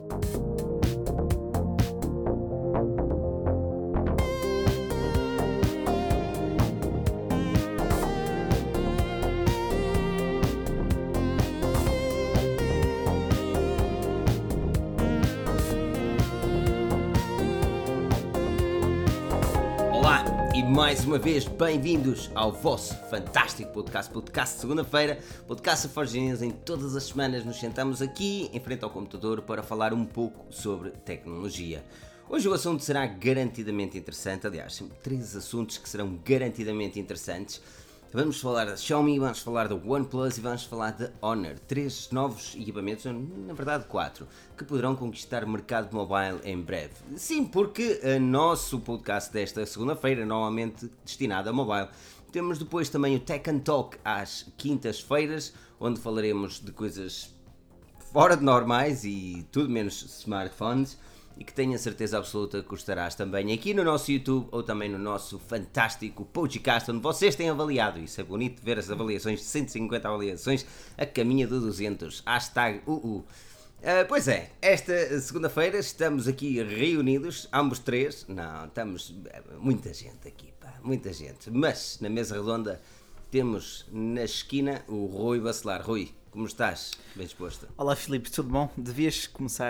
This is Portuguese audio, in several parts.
E mais uma vez, bem-vindos ao vosso fantástico podcast de segunda-feira, podcast Forginhas. Em todas as semanas nos sentamos aqui em frente ao computador para falar um pouco sobre tecnologia. Hoje o assunto será garantidamente interessante, aliás, são 3 assuntos que serão garantidamente interessantes. Vamos falar da Xiaomi, vamos falar da OnePlus e vamos falar da Honor. 3 novos equipamentos, na verdade 4, que poderão conquistar o mercado mobile em breve. Sim, porque o nosso podcast desta segunda-feira é normalmente destinado a mobile. Temos depois também o Tech and Talk às quintas-feiras, onde falaremos de coisas fora de normais e tudo menos smartphones. E que tenho a certeza absoluta que gostarás também aqui no nosso YouTube ou também no nosso fantástico podcast, onde vocês têm avaliado. Isso é bonito ver as avaliações, 150 avaliações, a caminho do 200. Hashtag UU. Pois é, esta segunda-feira estamos aqui reunidos, ambos 3. Não, estamos muita gente aqui, pá, muita gente. Mas na mesa redonda temos na esquina o Rui Bacelar. Rui, como estás? Bem disposto? Olá Filipe, tudo bom? Devias começar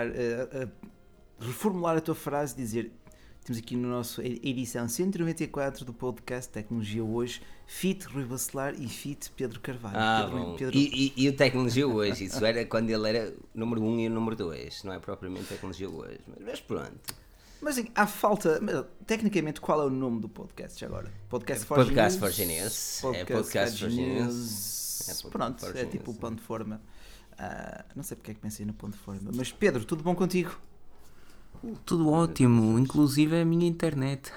a reformular a tua frase e dizer: temos aqui no nosso edição 194 do podcast Tecnologia Hoje, Fit Rui Bacelar e Fit Pedro Carvalho. Bom. E o Tecnologia Hoje, isso era quando ele era número 1 e o número 2, não é propriamente Tecnologia Hoje, mas pronto. Mas há falta, tecnicamente, qual é o nome do podcast agora? Podcast Forginhas. Podcast Forginhas. Pronto, é tipo o ponto de forma. Não sei porque é que pensei no ponto de forma, mas Pedro, tudo bom contigo? Tudo ótimo, inclusive a minha internet.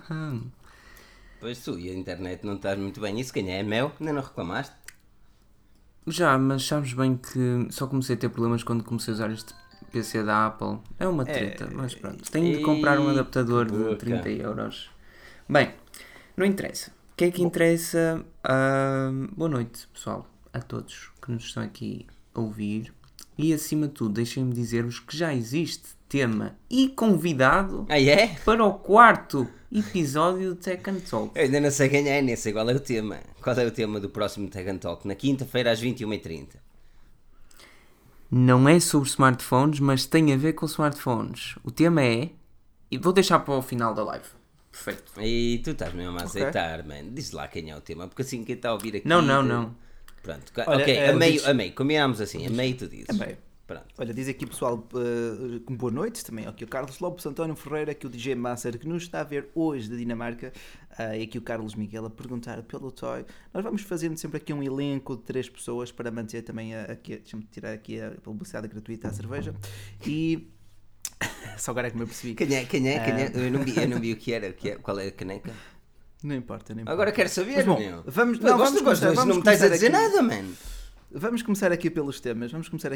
Pois tu, e a internet não estás muito bem. Isso quem é? Mel? Ainda não reclamaste? Já, mas sabes bem que só comecei a ter problemas quando comecei a usar este PC da Apple. É uma treta, mas pronto. Tenho de comprar um adaptador de 30 euros. Bem, não interessa. O que é que interessa? Boa noite, pessoal, a todos que nos estão aqui a ouvir. E acima de tudo, deixem-me dizer-vos que já existe tema e convidado para o 4º episódio do Tech and Talk. Eu ainda não sei quem é, nem sei qual é o tema. Qual é o tema do próximo Tech and Talk? Na quinta-feira às 21h30. Não é sobre smartphones, mas tem a ver com smartphones. O tema é... E vou deixar para o final da live. Perfeito. E tu estás mesmo a aceitar, man. Diz lá quem é o tema, porque assim quem está a ouvir aqui... Não. Pronto, olha, ok, a meio, combinámos assim, a meio tu dizes. A meio. Pronto. Olha, diz aqui pessoal, boa noite também, aqui o Carlos Lopes, António Ferreira, aqui o DJ Master que nos está a ver hoje da Dinamarca, e aqui o Carlos Miguel a perguntar pelo Toy. Nós vamos fazendo sempre aqui um elenco de 3 pessoas para manter também deixa-me tirar aqui a publicidade gratuita à cerveja, e só agora é que me apercebi. Quem é? Eu não vi o que era, qual é a caneca? Não importa. Agora quero saber, bom, meu. Vamos não me estás a dizer nada, mano. Vamos começar aqui pelos temas.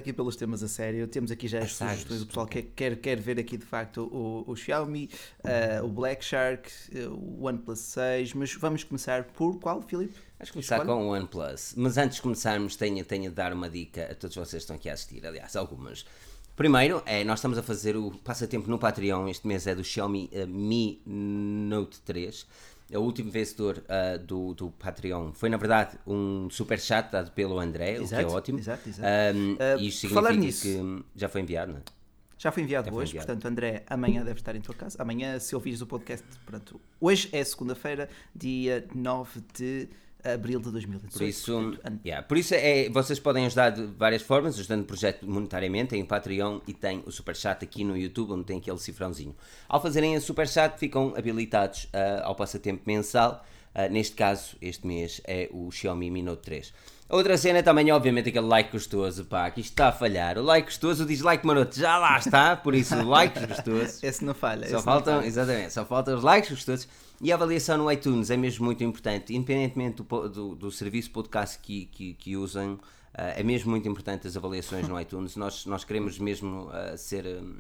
A sério. Temos aqui já as sugestões do pessoal que quer ver aqui de facto o Xiaomi, o Black Shark, o OnePlus 6, mas vamos começar por qual, Filipe? Vamos começar com o OnePlus, mas antes de começarmos tenho de dar uma dica a todos vocês que estão aqui a assistir, aliás, algumas. Primeiro, nós estamos a fazer o passatempo no Patreon, este mês é do Xiaomi Mi Note 3. O último vencedor do Patreon foi, na verdade, um super chat dado pelo André, o que é ótimo. Exato. Isto significa que já foi enviado, não é? Já foi enviado hoje, portanto, André, amanhã deve estar em tua casa. Amanhã, se ouvires o podcast, pronto. Hoje é segunda-feira, dia 9 de abril de 2018. Por isso vocês podem ajudar de várias formas, ajudando o projeto monetariamente, tem o Patreon e tem o Superchat aqui no YouTube, onde tem aquele cifrãozinho. Ao fazerem o Superchat, ficam habilitados ao passatempo mensal. Neste caso, este mês, é o Xiaomi Mi Note 3. Outra cena também é, obviamente, aquele like gostoso, pá, que isto está a falhar. O like gostoso, o dislike maroto, já lá está, por isso, likes gostosos. Esse não falha. Exatamente, só faltam os likes gostosos. E a avaliação no iTunes é mesmo muito importante, independentemente do serviço podcast que usam, é mesmo muito importante as avaliações no iTunes. Nós queremos mesmo ser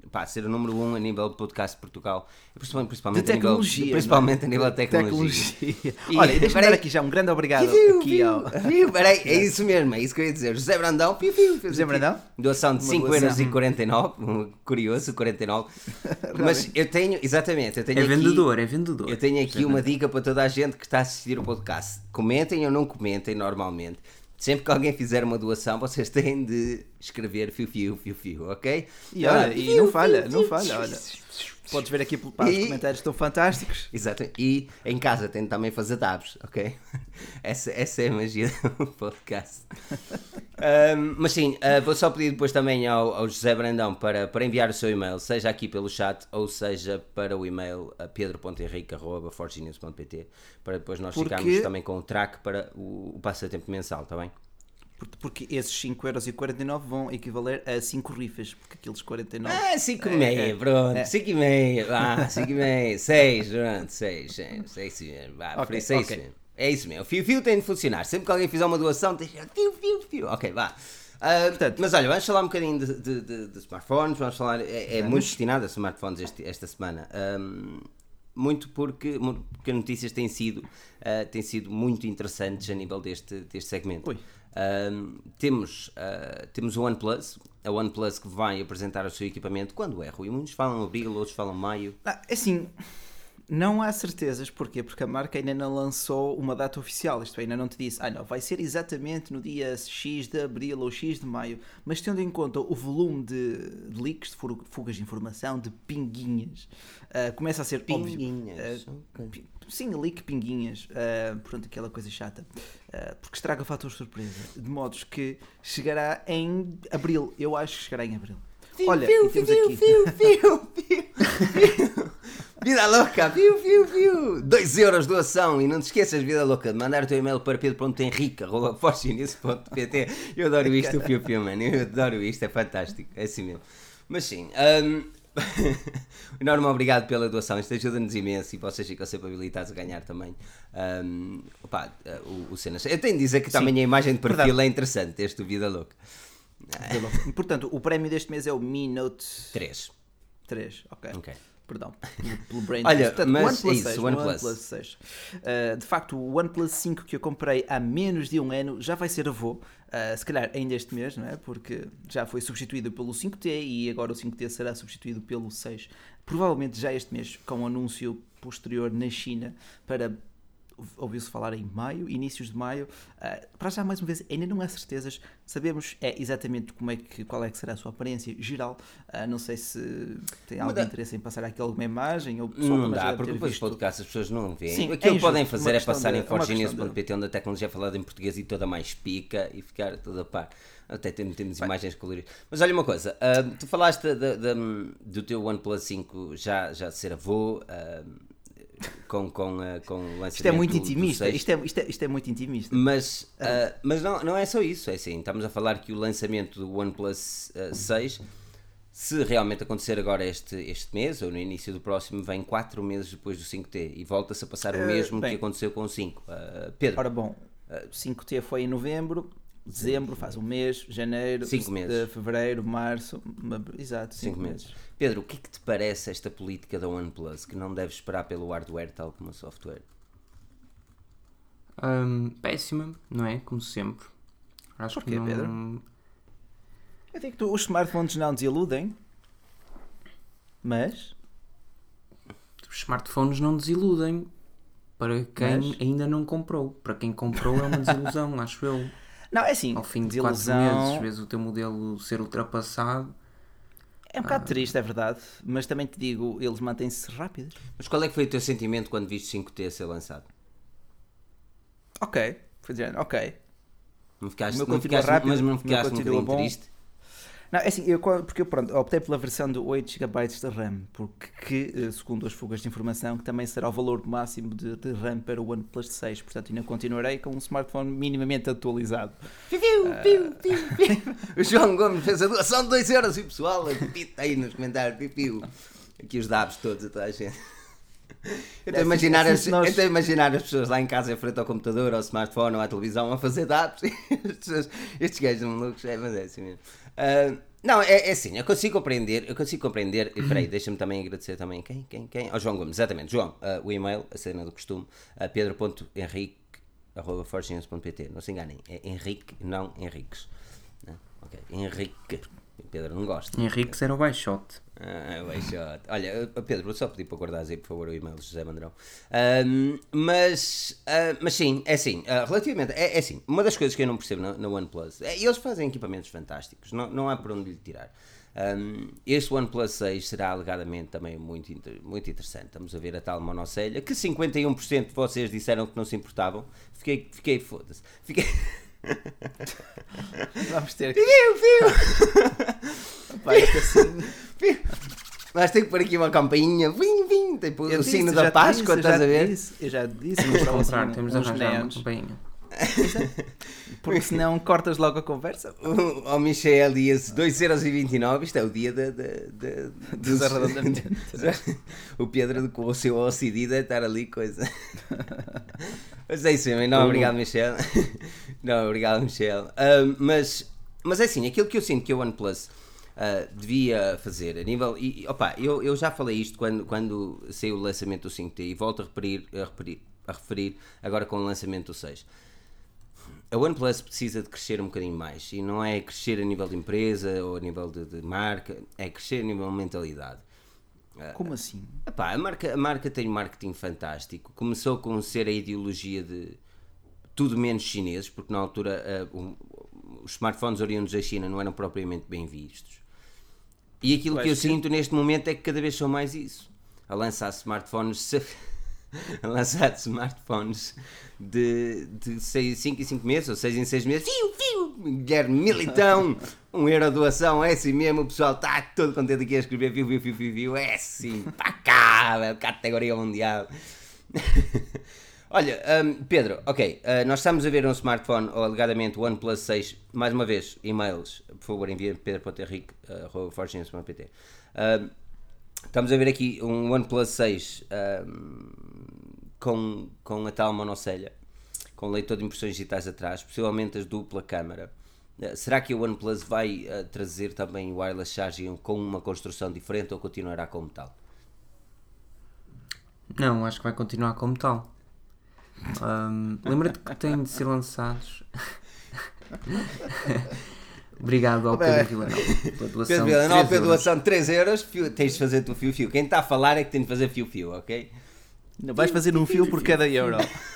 ser o número 1 a nível de podcast de Portugal, principalmente, de tecnologia, a nível de tecnologia. Olha, deixa-me dar aqui já um grande obrigado é isso mesmo, é isso que eu ia dizer. José Brandão, José Brandão? Doação de 5,49€, curioso, 49. Mas eu tenho, exatamente, é vendedor. Eu tenho aqui uma dica para toda a gente que está a assistir o podcast. Comentem ou não comentem normalmente. Sempre que alguém fizer uma doação, vocês têm de escrever fio, ok? E olha, e não falha, olha. Podes ver aqui os comentários estão fantásticos. Exato. E em casa tem de também fazer dabs, ok? Essa é a magia do podcast. Mas sim, vou só pedir depois também ao José Brandão para enviar o seu e-mail, seja aqui pelo chat ou seja para o e-mail pedro.henrique@forgenews.pt, para depois nós ficarmos também com o track para o passatempo mensal, está bem? Porque esses 5,49€ vão equivaler a 5 rifas, porque aqueles 49... 5,5, pronto, 5,5, 5,5, 6, pronto, 6 mesmo, mesmo. É isso mesmo, o fio tem de funcionar, sempre que alguém fizer uma doação, tem de fio, ok, vá. Portanto, mas olha, vamos falar um bocadinho de smartphones, vamos falar, muito destinado a smartphones esta semana. Muito porque notícias têm sido muito interessantes a nível deste segmento. Temos o OnePlus, a OnePlus que vai apresentar o seu equipamento quando é, Rui? Muitos falam abril, outros falam maio. Assim, não há certezas, porquê? Porque a marca ainda não lançou uma data oficial, isto ainda não te disse, não, vai ser exatamente no dia X de abril ou X de maio, mas tendo em conta o volume de leaks, de fugas de informação, de pinguinhas, começa a ser pinguinhas, óbvio. Sim, leak pinguinhas, pronto, aquela coisa chata, porque estraga o fator surpresa, de modos que chegará em abril, eu acho que chegará em abril. Olha, temos aqui... Vida louca, fiu, 2€ doação, e não te esqueças, vida louca, de mandar o teu e-mail para pedro.henrique@forgenews.pt. Eu adoro isto, o fiu, mano, eu adoro isto, é fantástico, é assim mesmo. Mas sim, enorme obrigado pela doação, isto ajuda-nos imenso e vocês ficam sempre habilitados a ganhar também o cenas. Eu tenho de dizer que também a imagem de perfil é interessante, este Vida Louca. Portanto, o prémio deste mês é o Mi Note 3, ok. Perdão, pelo brain. Olha, portanto, mas OnePlus 6. De facto, o OnePlus 5 que eu comprei há menos de um ano já vai ser avô. Se calhar ainda este mês, não é? Porque já foi substituído pelo 5T e agora o 5T será substituído pelo 6. Provavelmente já este mês, com um anúncio posterior na China para... Ouviu-se falar em maio, inícios de maio. Para já, mais uma vez, ainda não há certezas. Sabemos exatamente qual é que será a sua aparência geral. Não sei se tem algum interesse em passar aqui alguma imagem. Ou não dá, porque depois do podcast as pessoas não veem. Sim, aquilo que podem fazer é passar em forgenews.pt, onde a tecnologia é falada em português e toda mais pica e ficar toda a par. Até temos imagens coloridas. Mas olha uma coisa, tu falaste do teu OnePlus 5 já ser avô... com o lançamento. Isto é muito intimista. Isto é muito intimista. Mas não é só isso. É assim, estamos a falar que o lançamento do OnePlus 6, se realmente acontecer agora este mês ou no início do próximo, vem 4 meses depois do 5T e volta-se a passar o mesmo que aconteceu com o 5. Pedro. Ora bom, 5T foi em novembro. Dezembro, faz um mês, janeiro, 5 meses. Fevereiro, março, exato, 5 meses. Pedro, o que é que te parece esta política da OnePlus, que não deve esperar pelo hardware tal como o software? Péssima, não é? Como sempre. Acho Porquê, que não... Pedro? Eu digo que os smartphones não desiludem, mas... Os smartphones não desiludem para quem ainda não comprou. Para quem comprou é uma desilusão, acho eu. Não, é assim, ao fim de 4 meses, vês o teu modelo ser ultrapassado. É um bocado triste, é verdade, mas também te digo, eles mantêm-se rápidos. Mas qual é que foi o teu sentimento quando viste 5T a ser lançado? Ok, foi dizer, ok. Não ficaste um bocadinho triste? Não, é assim, porque eu optei pela versão de 8GB de RAM, porque, segundo as fugas de informação, que também será o valor máximo de RAM para o OnePlus 6, portanto ainda continuarei com um smartphone minimamente atualizado. O João Gomes fez a doação de 2€ e o pessoal apita aí nos comentários, aqui os dados todos a toda a gente. Eu estou a imaginar as pessoas lá em casa em frente ao computador, ao smartphone ou à televisão a fazer dados. Estes gajos são malucos, mas é assim mesmo. Não, é assim, eu consigo compreender, e peraí, deixa-me também agradecer também, quem? Ao João Gomes, exatamente, João, o e-mail, a cena do costume, pedro.henrique@forginhas.pt, não se enganem, é Henrique, não Henriques, ok, Henrique, Pedro não gosta. Henriques era o baixote. Baixote. Olha, Pedro, vou só pedir para guardares aí, por favor, o e-mail de José Mandrão. Mas sim, é assim, relativamente, é assim, uma das coisas que eu não percebo na OnePlus, eles fazem equipamentos fantásticos, não há por onde lhe tirar. Este OnePlus 6 será alegadamente também muito interessante. Estamos a ver a tal monocelha, que 51% de vocês disseram que não se importavam. Fiquei foda-se. Vamos ter que... Mas tem que pôr aqui uma campainha, vim, tipo o sino da Páscoa, estás a ver? Eu já disse, temos de arranjar uma campainha. Porque senão cortas logo a conversa. O Michel ia-se 2,29€, isto é o dia dos arredondamentos. O Pedro com o seu OCD deve estar ali, coisa. Mas é isso mesmo, não, obrigado Michel. Não, obrigado Michel. Mas é assim, aquilo que eu sinto que a OnePlus devia fazer a nível, eu já falei isto quando saiu o lançamento do 5T e volto a referir agora com o lançamento do 6. A OnePlus precisa de crescer um bocadinho mais, e não é crescer a nível de empresa ou a nível de marca, é crescer a nível de mentalidade. Como assim? A marca tem um marketing fantástico, começou com ser a ideologia de tudo menos chineses, porque na altura os smartphones oriundos da China não eram propriamente bem vistos. E aquilo que eu sinto neste momento é que cada vez são mais isso. A lançar smartphones de 5 em 5 meses ou 6 em 6 meses. Guilherme Militão, €1 doação, é assim mesmo. O pessoal está todo contente aqui a escrever viu, é assim, para cá, categoria mundial. Olha, Pedro, ok, nós estamos a ver um smartphone, ou alegadamente o OnePlus 6, mais uma vez, e-mails, por favor, enviem pedro.henrique@forginhas.pt. Estamos a ver aqui um OnePlus 6 com a tal monocelha, com leitor de impressões digitais atrás, possivelmente as dupla câmara. Será que o OnePlus vai trazer também o wireless charging com uma construção diferente ou continuará como tal? Não, acho que vai continuar como tal. Lembra-te que têm de ser lançados. Obrigado ao Pedro Villanova pela doação. Pedro Villanova pela doação de €3. Tens de fazer o fio. Quem está a falar é que tem de fazer fio, ok? Não vais fazer um fio por cada euro.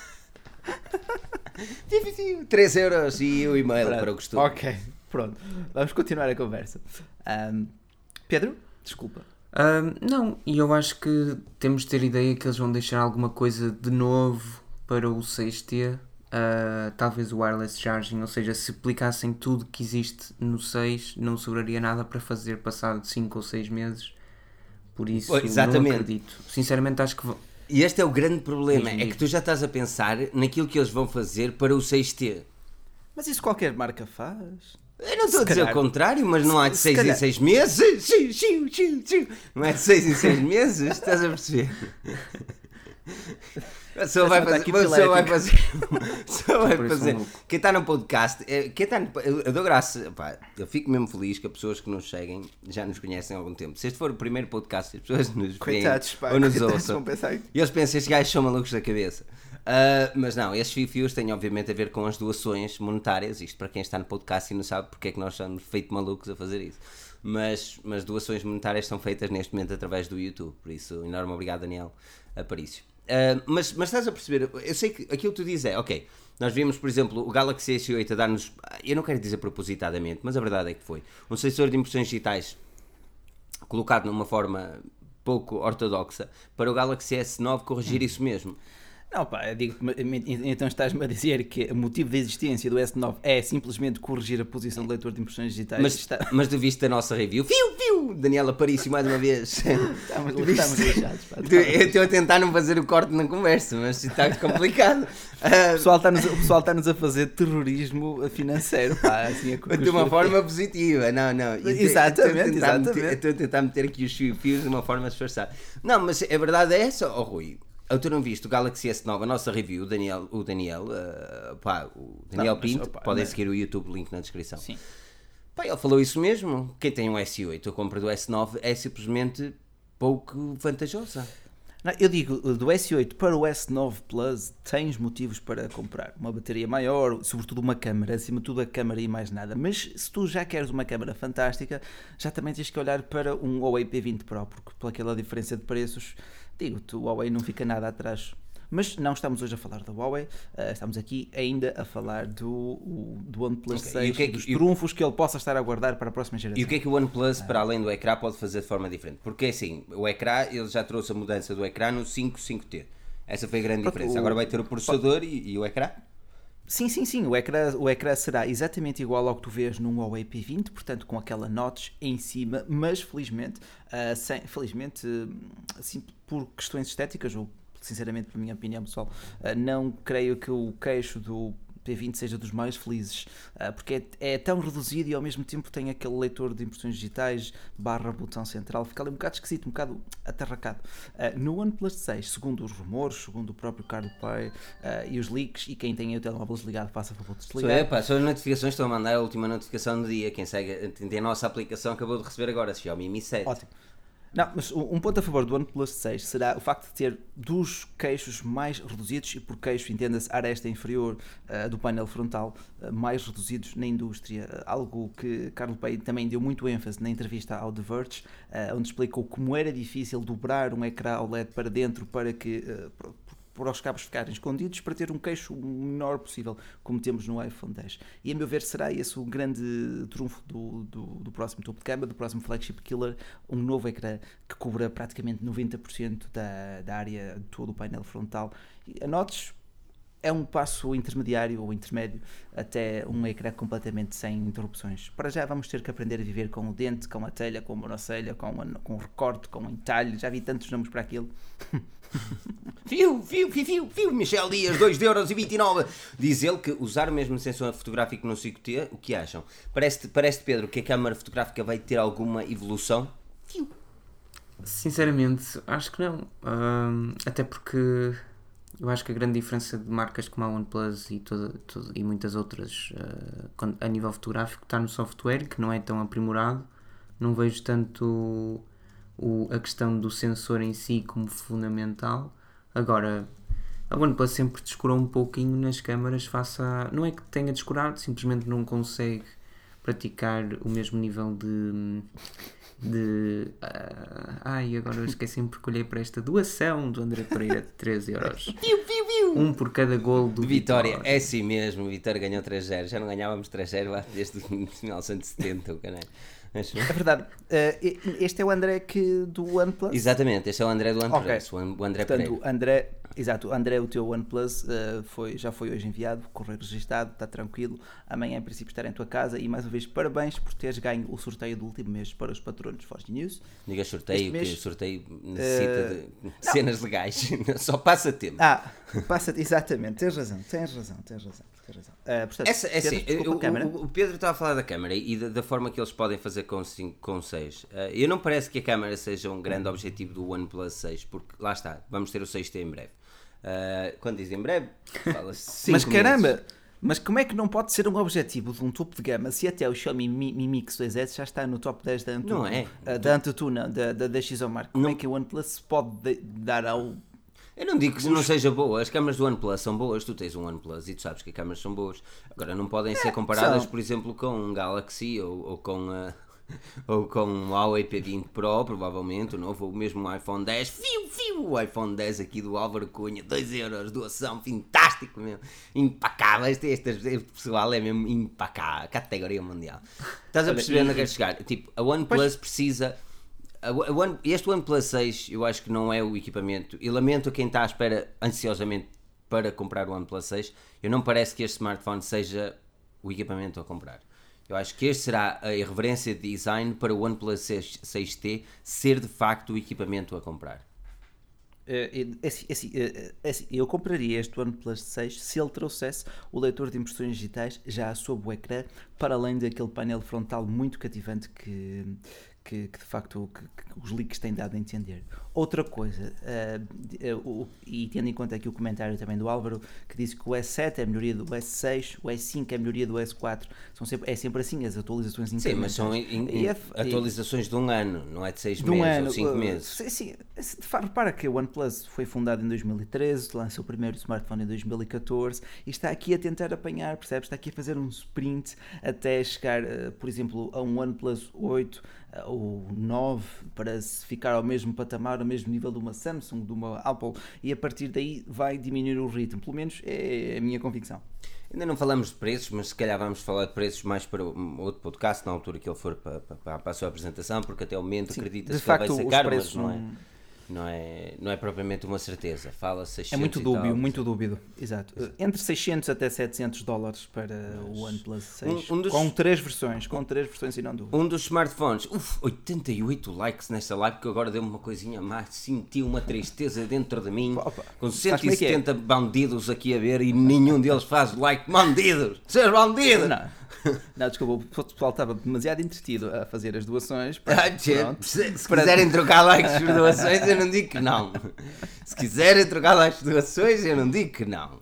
€3 e o e-mail para o costume. Ok, pronto. Vamos continuar a conversa. Pedro, desculpa. Não, e eu acho que temos de ter ideia que eles vão deixar alguma coisa de novo para o 6T. Talvez o wireless charging, ou seja, se aplicassem tudo que existe no 6, não sobraria nada para fazer passado de 5 ou 6 meses. Por isso, não acredito. Sinceramente, acho que... E este é o grande problema, é que tu já estás a pensar naquilo que eles vão fazer para o 6T. Mas isso qualquer marca faz. Eu não estou a dizer o contrário, mas não há de 6 em 6 meses. Não é de 6 em 6 meses, estás a perceber? Só vai fazer. Quem está no podcast, eu dou graça. Eu fico mesmo feliz que as pessoas que nos seguem já nos conhecem há algum tempo. Se este for o primeiro podcast, as pessoas nos veem ou nos ouçam, e eles pensam, estes gajos são malucos da cabeça. Mas não, estes fios têm obviamente a ver com as doações monetárias. Isto para quem está no podcast e não sabe porque é que nós somos feito malucos a fazer isso. Mas doações monetárias são feitas neste momento através do YouTube. Por isso, enorme obrigado, Daniel Aparício. Mas estás a perceber, eu sei que aquilo que tu dizes é, ok, nós vimos, por exemplo, o Galaxy S8 a dar-nos, eu não quero dizer propositadamente, mas a verdade é que foi um sensor de impressões digitais colocado numa forma pouco ortodoxa para o Galaxy S9 corrigir isso mesmo. Não, pá, eu digo, então estás-me a dizer que o motivo da existência do S9 é simplesmente corrigir a posição do leitor de impressões digitais. Mas tu viste a nossa review? Daniela Aparício mais uma vez. Estamos lixados. Eu estou a tentar não fazer o corte na conversa, mas está complicado. O pessoal está-nos a fazer terrorismo financeiro, pá, assim, de uma forma positiva. Não. Exatamente. Estou a tentar meter aqui os fios de uma forma disfarçada. Não, mas a verdade é essa, Rui. Eu tu não viste o Galaxy S9, a nossa review, o Daniel Pinto, podem seguir o YouTube, link na descrição. Sim. Pá, ele falou isso mesmo. Quem tem um S8, a compra do S9 é simplesmente pouco vantajosa. Não, eu digo, do S8 para o S9 Plus tens motivos para comprar. Uma bateria maior, sobretudo uma câmara, acima de tudo a câmara e mais nada. Mas se tu já queres uma câmara fantástica, já também tens que olhar para um Huawei P20 Pro, porque pela diferença de preços, digo-te, o Huawei não fica nada atrás. Mas não estamos hoje a falar da Huawei, estamos aqui ainda a falar do OnePlus 6, dos trunfos que ele possa estar a guardar para a próxima geração. E o que é que o OnePlus, para além do ecrã, pode fazer de forma diferente? Porque assim, o ecrã, ele já trouxe a mudança do ecrã no 5.5T. Essa foi a grande diferença. Agora vai ter o processador e o ecrã? Sim, o ecrã será exatamente igual ao que tu vês num Huawei P20, portanto com aquela notch em cima, mas felizmente, assim, por questões estéticas, ou sinceramente, na minha opinião pessoal, não creio que o queixo do P20 seja dos mais felizes, porque é tão reduzido e ao mesmo tempo tem aquele leitor de impressões digitais / botão central, fica ali um bocado esquisito, um bocado atarracado. No OnePlus 6, segundo os rumores, segundo o próprio Carlos Pay e os leaks, e quem tem o telemóvel desligado passa a favor de desligar. São as notificações, estão a mandar a última notificação do dia. Quem segue, tem a nossa aplicação, acabou de receber agora, Xiaomi Mi 7. Ótimo. Não, mas um ponto a favor do OnePlus 6 será o facto de ter dos queixos mais reduzidos, e por queixo entenda-se a aresta inferior do painel frontal, mais reduzidos na indústria, algo que Carlos Pay também deu muito ênfase na entrevista ao The Verge, onde explicou como era difícil dobrar um ecrã OLED para dentro para que por os cabos ficarem escondidos, para ter um queixo o menor possível, como temos no iPhone X. E a meu ver será esse o grande trunfo do próximo topo de gama, do próximo flagship killer, um novo ecrã que cubra praticamente 90% da área de todo o painel frontal. A notch é um passo intermediário ou intermédio até um ecrã completamente sem interrupções. Para já vamos ter que aprender a viver com o dente, com a telha, com a monocelha, com o recorte, com o entalhe. Já vi tantos nomes para aquilo. Fio, Michel Dias, 2,29€. Diz ele que usar o mesmo sensor fotográfico no 5T, o que acham? Parece-te, Pedro, que a câmara fotográfica vai ter alguma evolução? Fio. Sinceramente, acho que não. Até porque eu acho que a grande diferença de marcas como a OnePlus e muitas outras a nível fotográfico está no software, que não é tão aprimorado. Não vejo tanto a questão do sensor em si como fundamental. Agora, a OnePlus sempre descurou um pouquinho nas câmaras face a... Não é que tenha descurado, simplesmente não consegue praticar o mesmo nível agora eu esqueci-me porque olhei para esta doação do André Pereira de 13€. Um por cada gol do Vitória. É assim mesmo, o Vitória ganhou 3-0. Já não ganhávamos 3-0 lá desde 1970, o canal. É verdade. Este é o André do OnePlus? Exatamente, este é o André do OnePlus, okay. O André Portanto, Pereira. Exato, André, o teu OnePlus já foi hoje enviado, correio registado, está tranquilo. Amanhã, em princípio, estará em tua casa. E mais uma vez, parabéns por teres ganho o sorteio do último mês para os patronos Forge News. Diga sorteio, que o sorteio necessita de cenas legais, só passa tempo. Exatamente, tens razão. Portanto, o Pedro estava a falar da câmara e da forma que eles podem fazer com 6. Eu não parece que a câmara seja um grande objetivo do OnePlus 6, porque lá está, vamos ter o 6T em breve. Quando diz em breve, fala-se 5 Mas caramba, meses. Mas como é que não pode ser um objetivo de um topo de gama se até o Xiaomi Mi Mix 2S já está no top 10 da Antutu? Não é? Da Antutu, não, da XOMark. Como é que o OnePlus pode dar ao... Eu não digo que não seja boa, as câmaras do OnePlus são boas, tu tens um OnePlus e tu sabes que as câmaras são boas. Agora não podem ser comparadas, por exemplo, com um Galaxy ou com um Huawei P20 Pro, provavelmente, o novo, ou mesmo um iPhone 10, o iPhone 10 aqui do Álvaro Cunha, 2€, doação, fantástico mesmo, impacável, este pessoal é mesmo impacável, categoria mundial. Estás a perceber onde eu quero chegar? Tipo, a OnePlus precisa... Este OnePlus 6 eu acho que não é o equipamento, e lamento a quem está à espera ansiosamente para comprar o OnePlus 6, eu não parece que este smartphone seja o equipamento a comprar. Eu acho que este será a irreverência de design para o OnePlus 6T ser de facto o equipamento a comprar. Eu compraria este OnePlus 6 se ele trouxesse o leitor de impressões digitais já sob o ecrã, para além daquele painel frontal muito cativante que que de facto que os leaks têm dado a entender. Outra coisa, e tendo em conta aqui o comentário também do Álvaro, que disse que o S7 é a melhoria do S6, o S5 é a melhoria do S4, é sempre assim as atualizações incrementais. Sim, mas são atualizações de um ano, não é de 6 de um meses ano, ou 5 meses. Sim, repara que o OnePlus foi fundado em 2013, lançou o primeiro smartphone em 2014 e está aqui a tentar apanhar, percebes? Está aqui a fazer um sprint até chegar, por exemplo, a um OnePlus 8 ou 9 para se ficar ao mesmo patamar, ao mesmo nível de uma Samsung, de uma Apple, e a partir daí vai diminuir o ritmo, pelo menos é a minha convicção. Ainda não falamos de preços, mas se calhar vamos falar de preços mais para outro podcast, na altura que ele for para a sua apresentação, porque até o momento acredita-se que ele vai ser caro, mas não é propriamente uma certeza. Fala 600 é muito e dúbio, tal. muito dúbio, exato. Entre 600 até 700 dólares para o OnePlus 6, com 3 versões e não dúvida. Um dos smartphones, 88 likes nesta live, que agora deu-me uma coisinha mais, senti uma tristeza dentro de mim, com 170 bandidos aqui a ver e nenhum deles faz like. Bandidos! Seus bandidos! Não, desculpa, o pessoal estava demasiado entretido a fazer as doações. Se quiserem trocar likes por doações, eu não digo que não. Se quiserem trocar likes por doações, eu não digo que não.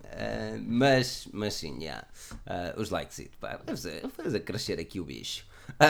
Mas sim, os likes, vamos a crescer aqui o bicho.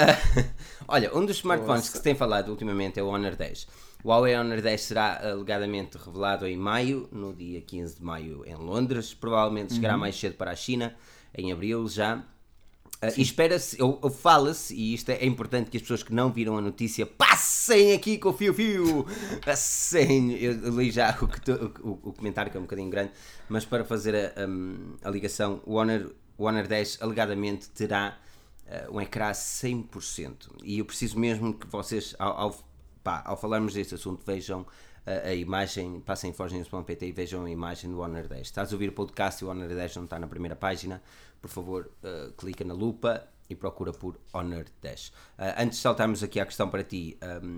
Olha, um dos smartphones que se tem falado ultimamente é o Honor 10. O Huawei Honor 10 será alegadamente revelado em maio, no dia 15 de maio em Londres. Provavelmente chegará mais cedo para a China, em abril já. E espera-se, ou fala-se, e isto é importante que as pessoas que não viram a notícia passem aqui com o fio, passem. Eu li já o comentário, que é um bocadinho grande, mas para fazer a ligação, o Honor 10 alegadamente terá um ecrã 100%, e eu preciso mesmo que vocês, ao falarmos deste assunto, vejam a imagem, passem em forgenews.pt e vejam a imagem do Honor 10. Estás a ouvir o podcast e o Honor 10 não está na primeira página, por favor, clica na lupa e procura por Honor 10. Antes de saltarmos aqui à questão para ti,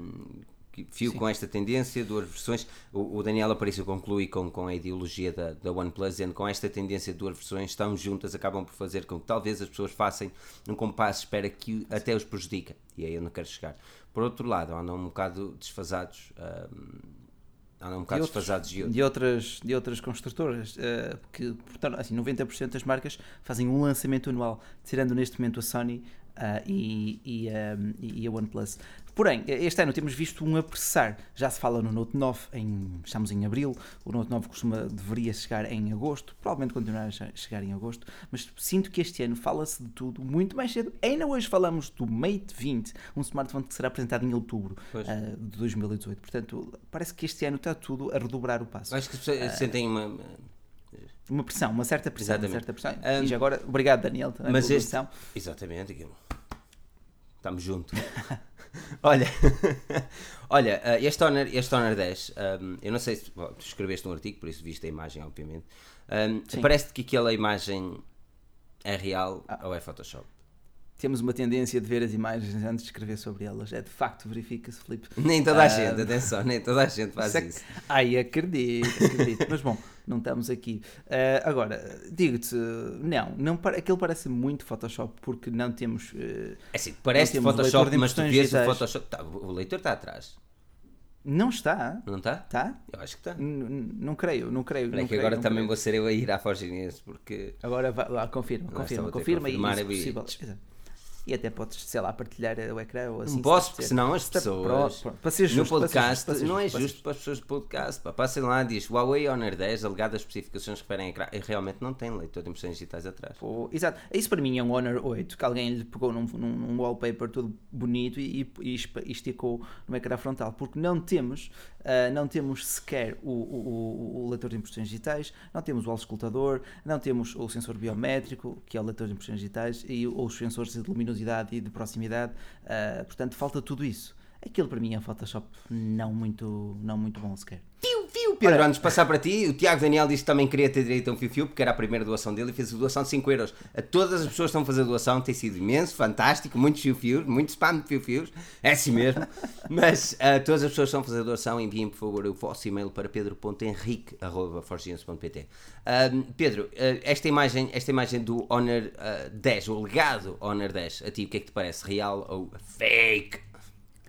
fio com esta tendência, 2 versões, o Daniel Aparício conclui com a ideologia da OnePlus, dizendo que com esta tendência de 2 versões estão juntas, acabam por fazer com que talvez as pessoas façam um compasso de espera que até os prejudica, e aí eu não quero chegar. Por outro lado, andam um bocado desfasados, de outras construtoras, que, portanto, assim, 90% das marcas fazem um lançamento anual, tirando neste momento a Sony e a OnePlus. Porém, este ano temos visto um apressar. Já se fala no Note 9, estamos em abril, o Note 9 deveria chegar em agosto, provavelmente continuará a chegar em agosto, mas sinto que este ano fala-se de tudo muito mais cedo. Ainda hoje falamos do Mate 20, um smartphone que será apresentado em outubro de 2018. Portanto, parece que este ano está tudo a redobrar o passo. Acho que as pessoas sentem uma pressão, uma certa pressão. E já agora, obrigado Daniel também pela pressão. Exatamente, estamos juntos. Olha, este Honor 10, eu não sei se tu escreveste um artigo, por isso viste a imagem, obviamente. Parece-te que aquela imagem é real ou é Photoshop? Temos uma tendência de ver as imagens antes de escrever sobre elas. É de facto, verifica-se, Filipe. Nem toda a gente, atenção, nem toda a gente faz isso. Ai, acredito. Mas bom, não estamos aqui. Agora, digo-te, aquilo parece muito Photoshop, porque não temos... É assim, parece Photoshop, mas tu vês o Photoshop... o leitor está atrás. Não está. Não está? Está? Eu acho que está. Não creio. Agora também vou ser eu a ir à Forginense, porque... Agora confirma e isso é possível. E até podes, sei lá, partilhar o ecrã ou assim. Não posso, porque senão as pessoas no podcast não é justo para as pessoas do podcast. Passem lá, diz Huawei Honor 10, alegadas especificações que referem a ecrã, e realmente não tem leitor de impressões digitais atrás. Exato. Isso para mim é um Honor 8, que alguém lhe pegou num wallpaper todo bonito e esticou no ecrã frontal, porque não temos sequer o leitor de impressões digitais, não temos o auscultador, não temos o sensor biométrico, que é o leitor de impressões digitais, e os sensores de luminosidade e de proximidade, portanto falta tudo isso. Aquilo para mim é um Photoshop não muito bom sequer. Pedro, antes de passar para ti, o Tiago Daniel disse que também queria ter direito a um fio-fio, porque era a primeira doação dele e fez a doação de 5€. A todas as pessoas que estão a fazer a doação, tem sido imenso, fantástico, muitos fio-fios, muito spam de fio-fios, é assim mesmo. Mas todas as pessoas que estão a fazer a doação, enviem por favor o vosso e-mail para pedro.henrique@forgiense.pt. Pedro, esta imagem do Honor 10, o legado Honor 10, a ti o que é que te parece? Real ou fake?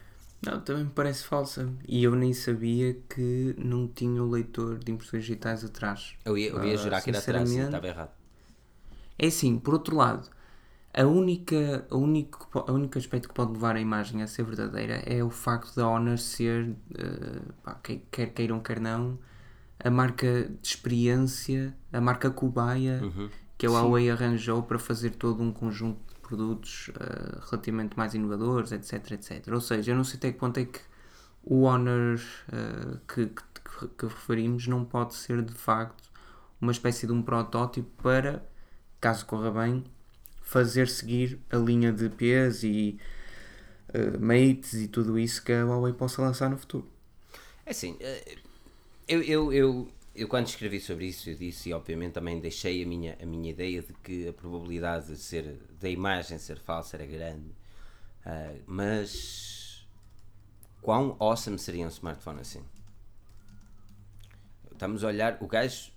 Não, também me parece falsa. E eu nem sabia que não tinha o leitor de impressões digitais atrás. Eu ia jurar que era atrás, sim, estava errado. É assim, por outro lado, o único aspecto que pode levar a imagem a ser verdadeira é o facto da Honor ser, quer queiram, quer não, a marca de experiência, a marca cobaia que a Huawei arranjou para fazer todo um conjunto de produtos relativamente mais inovadores, etc, etc. Ou seja, eu não sei até que ponto é que o Honor que referimos não pode ser de facto uma espécie de um protótipo para, caso corra bem, fazer seguir a linha de Ps e Mates e tudo isso que a Huawei possa lançar no futuro. É assim, eu quando escrevi sobre isso, eu disse, e obviamente também deixei a minha ideia de que a probabilidade da imagem ser falsa era grande, mas quão awesome seria um smartphone assim? Estamos a olhar, o gajo...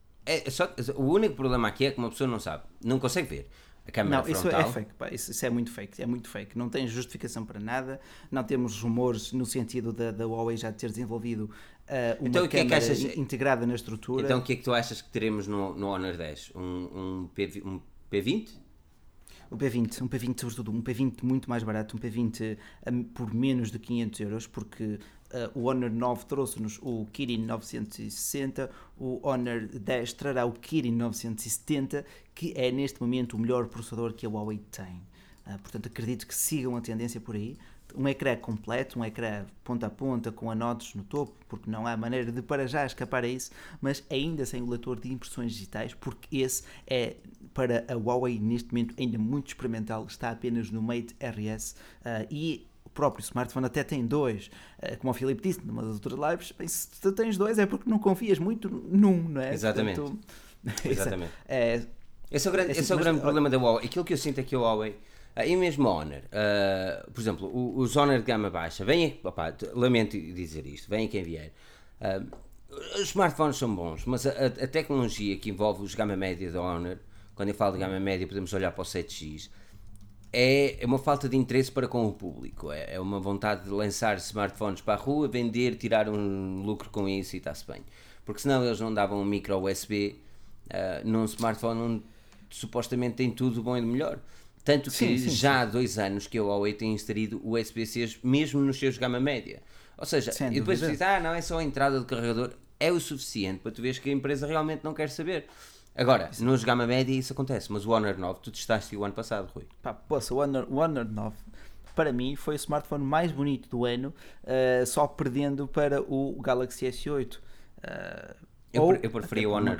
o único problema aqui é que uma pessoa não sabe, não consegue ver a câmera frontal. Isso é fake, pá. Isso é muito fake, não tem justificação para nada, não temos rumores no sentido da Huawei já ter desenvolvido uma câmera integrada na estrutura. Então o que é que tu achas que teremos no Honor 10? Um P20? Um P20 sobretudo, um P20 muito mais barato, um P20 por menos de 500 euros, porque o Honor 9 trouxe-nos o Kirin 960, o Honor 10 trará o Kirin 970, que é neste momento o melhor processador que a Huawei tem. Portanto, acredito que sigam a tendência por aí. Um ecrã completo, um ecrã ponta a ponta com anodos no topo, porque não há maneira de para já escapar a isso, mas ainda sem o leitor de impressões digitais, porque esse é, para a Huawei neste momento ainda muito experimental, está apenas no Mate RS e o próprio smartphone até tem dois, como o Filipe disse numa das outras lives, bem, se tu tens dois é porque não confias muito num, não é? Exatamente. Portanto, Exatamente. Esse é o grande problema da Huawei. Aquilo que eu sinto é que a Huawei, e mesmo a Honor, por exemplo, os Honor de gama baixa, lamento dizer isto, venha quem vier, os smartphones são bons, mas a tecnologia que envolve os gama média da Honor, quando eu falo de gama média podemos olhar para o 7X, é uma falta de interesse para com o público, é uma vontade de lançar smartphones para a rua, vender, tirar um lucro com isso e está-se bem, porque senão eles não davam um micro USB num smartphone onde supostamente tem tudo bom e de melhor. Tanto que já há 2 anos que a Huawei tem inserido USB-Cs mesmo nos seus gama média. Ou seja, e depois tu dizes, não é só a entrada do carregador, é o suficiente para tu veres que a empresa realmente não quer saber. Agora, nos gama média isso acontece, mas o Honor 9, tu testaste o ano passado, Rui. O Honor 9, para mim, foi o smartphone mais bonito do ano, só perdendo para o Galaxy S8. Eu preferia o Honor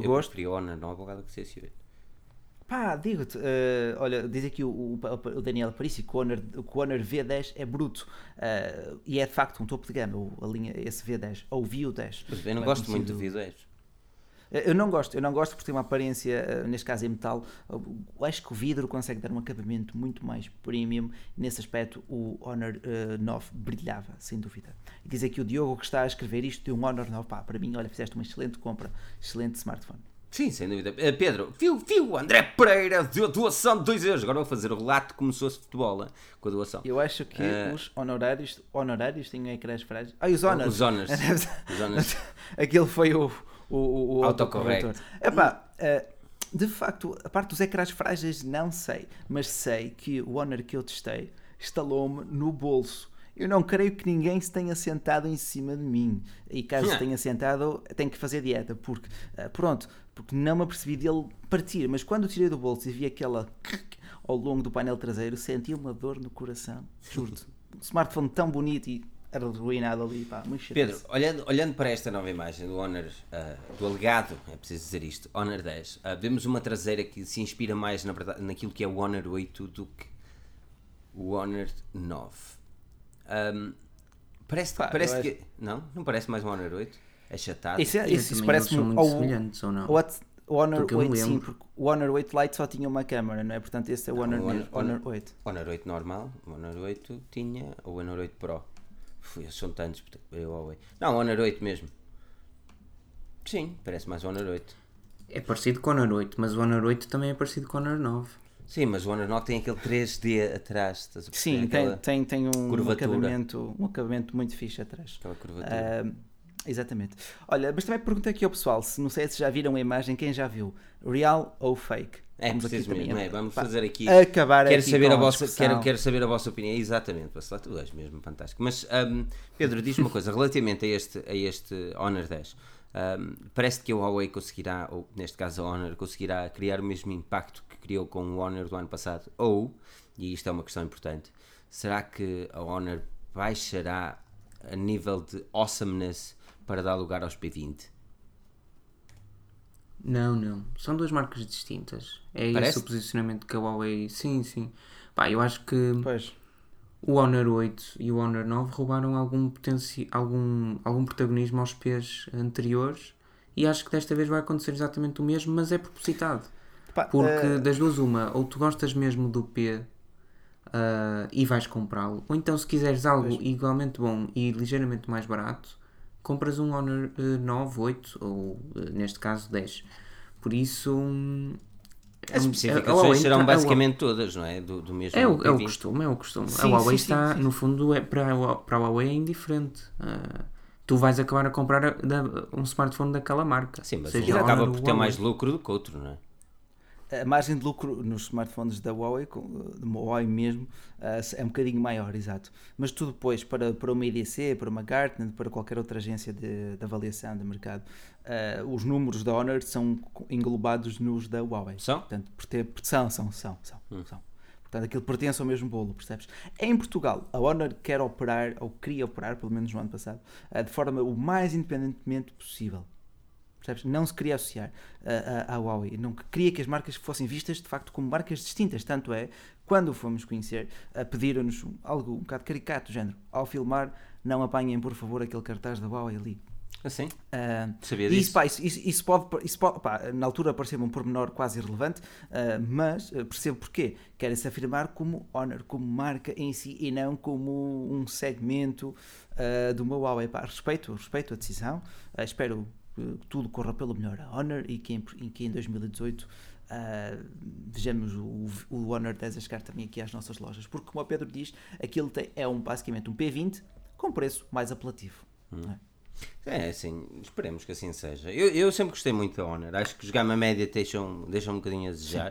9 ao Galaxy S8. Digo-te, olha, diz aqui o Daniel Parício que o Honor V10 é bruto e é de facto um topo de gama, a linha, esse V10, ou o View 10. Eu não gosto muito do View 10. Eu não gosto porque tem uma aparência, neste caso em metal. Eu acho que o vidro consegue dar um acabamento muito mais premium. Nesse aspecto, o Honor 9 brilhava, sem dúvida. E diz aqui o Diogo que está a escrever isto de um Honor 9. Para mim, olha, fizeste uma excelente compra, excelente smartphone. Sim, sem dúvida. Pedro, viu André Pereira deu doação de 2 euros. Agora vou fazer o relato de como se fosse futebol com a doação. Eu acho que os honorários têm ecrãs frágeis. E os honors. Os honors. Aquele foi o autocorrector. De facto, a parte dos ecrãs frágeis não sei, mas sei que o Honor que eu testei instalou-me no bolso. Eu não creio que ninguém se tenha sentado em cima de mim. E caso se tenha sentado, tenho que fazer dieta. Porque não me apercebi dele partir. Mas quando tirei do bolso e vi aquela ao longo do painel traseiro, senti uma dor no coração. Juro-te. Um smartphone tão bonito e arruinado ali. Muito Pedro, olhando para esta nova imagem do Honor, do alegado, é preciso dizer isto, Honor 10, vemos uma traseira que se inspira mais, na verdade, naquilo que é o Honor 8 do que o Honor 9. Parece que... Não parece mais um Honor 8? É chatado. Isso parece muito semelhantes, ou não? O Honor 8 sim, porque o Honor 8 Lite só tinha uma câmera, não é? Portanto esse é o Honor 8. O Honor 8 normal, o Honor 8 tinha o Honor 8 Pro. São tantos, não, o Honor 8 mesmo. Sim, parece mais o Honor 8. É parecido com o Honor 8, mas o Honor 8 também é parecido com o Honor 9. Sim, mas o Honor 9 tem aquele 3D atrás. Estás a perceber? Sim, Aquela tem um curvatura. acabamento muito fixe atrás. Aquela curvatura. Exatamente. Olha, mas também perguntei aqui ao pessoal, se não sei se já viram a imagem, quem já viu? Real ou fake? É preciso mesmo, não é? Vamos fazer aqui. Acabar Quero aqui saber com a vossa, discussão. quero saber a vossa opinião. Exatamente, Bacelar, tu és mesmo fantástico. Mas, Pedro, diz-me uma coisa, relativamente a este Honor 10, parece que a Huawei conseguirá, ou neste caso a Honor, conseguirá criar o mesmo impacto que criou com o Honor do ano passado? Ou, e isto é uma questão importante, será que a Honor baixará a nível de awesomeness para dar lugar aos P20? Não. São duas marcas distintas. É Parece? esse o posicionamento que a Huawei... Sim. Pá, eu acho que Pois. o Honor 8 e o Honor 9 roubaram algum protagonismo aos P's anteriores e acho que desta vez vai acontecer exatamente o mesmo, mas é propositado. Pá, Porque das duas uma, ou tu gostas mesmo do P e vais comprá-lo, ou então se quiseres algo igualmente bom e ligeiramente mais barato, compras um Honor 9, 8 ou neste caso 10. Por isso... As especificações serão basicamente todas, não é? Do mesmo É o P20. costume. Sim, A Huawei sim. no fundo, para a Huawei é indiferente. Tu vais acabar a comprar um smartphone daquela marca. Sim, mas seja um acaba Honor por ou ter Huawei. mais lucro do que outro, não é? A margem de lucro nos smartphones da Huawei, do Huawei mesmo, é um bocadinho maior, exato. Mas tu depois, para uma IDC, para uma Gartner, para qualquer outra agência de avaliação de mercado, os números da Honor são englobados nos da Huawei. São? Portanto, são. Portanto, aquilo pertence ao mesmo bolo, percebes? Em Portugal, a Honor quer operar, ou queria operar, pelo menos no ano passado, de forma o mais independentemente possível. Percebes? Não se queria associar à Huawei. Não queria que as marcas fossem vistas de facto como marcas distintas. Tanto é, quando o fomos conhecer, pediram-nos algo um bocado caricato, género. Ao filmar, não apanhem por favor aquele cartaz da Huawei ali. Assim? Sabia E disso? isso pode pá, na altura pareceu-me um pormenor quase irrelevante, mas percebo porquê. Querem-se afirmar como Honor, como marca em si e não como um segmento de uma Huawei. Pá, respeito a decisão, espero que tudo corra pelo melhor a Honor e que em 2018 vejamos o Honor 10 a chegar também aqui às nossas lojas, porque como o Pedro diz, aquilo basicamente um P20 com preço mais apelativo. Não é? É, assim, esperemos que assim seja. Eu sempre gostei muito da Honor. Acho que os gama média deixam um bocadinho a desejar.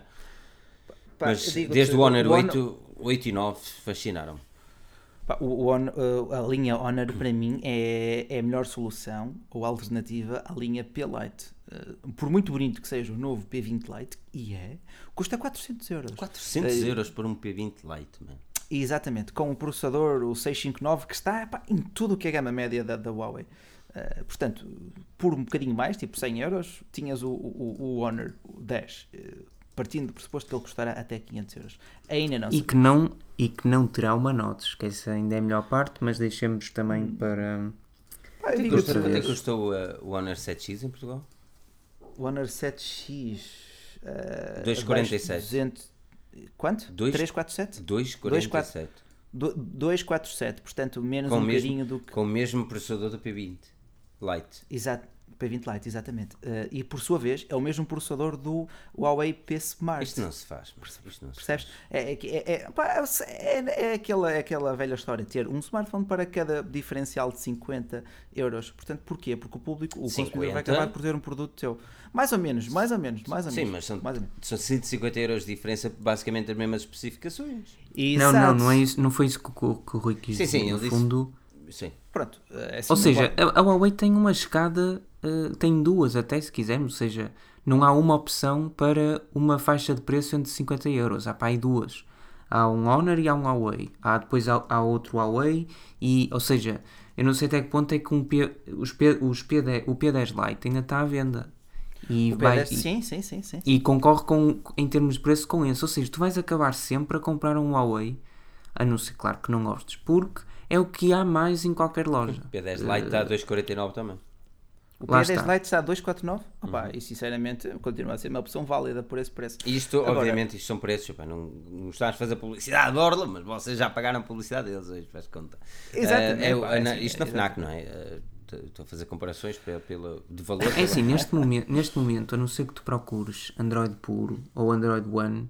Pá, Mas digo-te, desde o Honor 8 e 9 fascinaram-me. Pá, a linha Honor para mim é a melhor solução ou alternativa à linha P-Lite. Por muito bonito que seja o novo P20 Lite, custa 400 euros. 400 euros por um P20 Lite, man. Exatamente, com o processador, o 659, que está em tudo o que é a gama média da Huawei. Portanto, por um bocadinho mais, tipo 100 euros, tinhas o Honor 10, partindo do pressuposto que ele custará até 500 euros. Ainda não E que não terá uma nota, que essa ainda é a melhor parte, mas deixemos também para... eu digo Quanto outra é vez. que custou o Honor 7X em Portugal? O Honor 7X 247. Quanto? 347? 247. 247, portanto menos Com um o mesmo- bocadinho do que... Com o mesmo processador do P20 Lite. Exato, P20 Lite, exatamente. E por sua vez é o mesmo processador do Huawei P Smart. Isto não se faz. Isto não se Percebes? É aquela velha história, ter um smartphone para cada diferencial de 50 euros. Portanto, porquê? Porque o público, o consumidor vai 50? acabar por ter um produto teu. Mais ou menos. Sim, mas são mais ou menos. 150 euros de diferença, basicamente as mesmas especificações. Exato. Não é isso, não foi isso que o Rui quis Sim, dizer. ele No disse- fundo... Sim. Pronto. Assim Ou não seja, pode- a Huawei tem uma chegada, tem duas até se quisermos, ou seja, não há uma opção para uma faixa de preço entre 50 euros, há para aí duas. Há um Honor e há um Huawei, depois há outro Huawei, ou seja, eu não sei até que ponto é que o P10 Lite ainda está à venda. E o vai, P10, sim. e concorre em termos de preço com esse, ou seja, tu vais acabar sempre a comprar um Huawei, a não ser, claro, que não gostes, porque é o que há mais em qualquer loja. O P10 Lite está a 2,49 também. O Lá P10 está. Lite está a 249. E sinceramente continua a ser uma opção válida por esse preço. E isto, Agora- obviamente, isto são preços. Opa, não estás a fazer publicidade de Borla, mas vocês já pagaram a publicidade deles hoje, faz conta. Exatamente. Isto na FNAC, não é? Estou a fazer comparações de valor. É assim, neste momento, a não ser que tu procures Android puro ou Android One,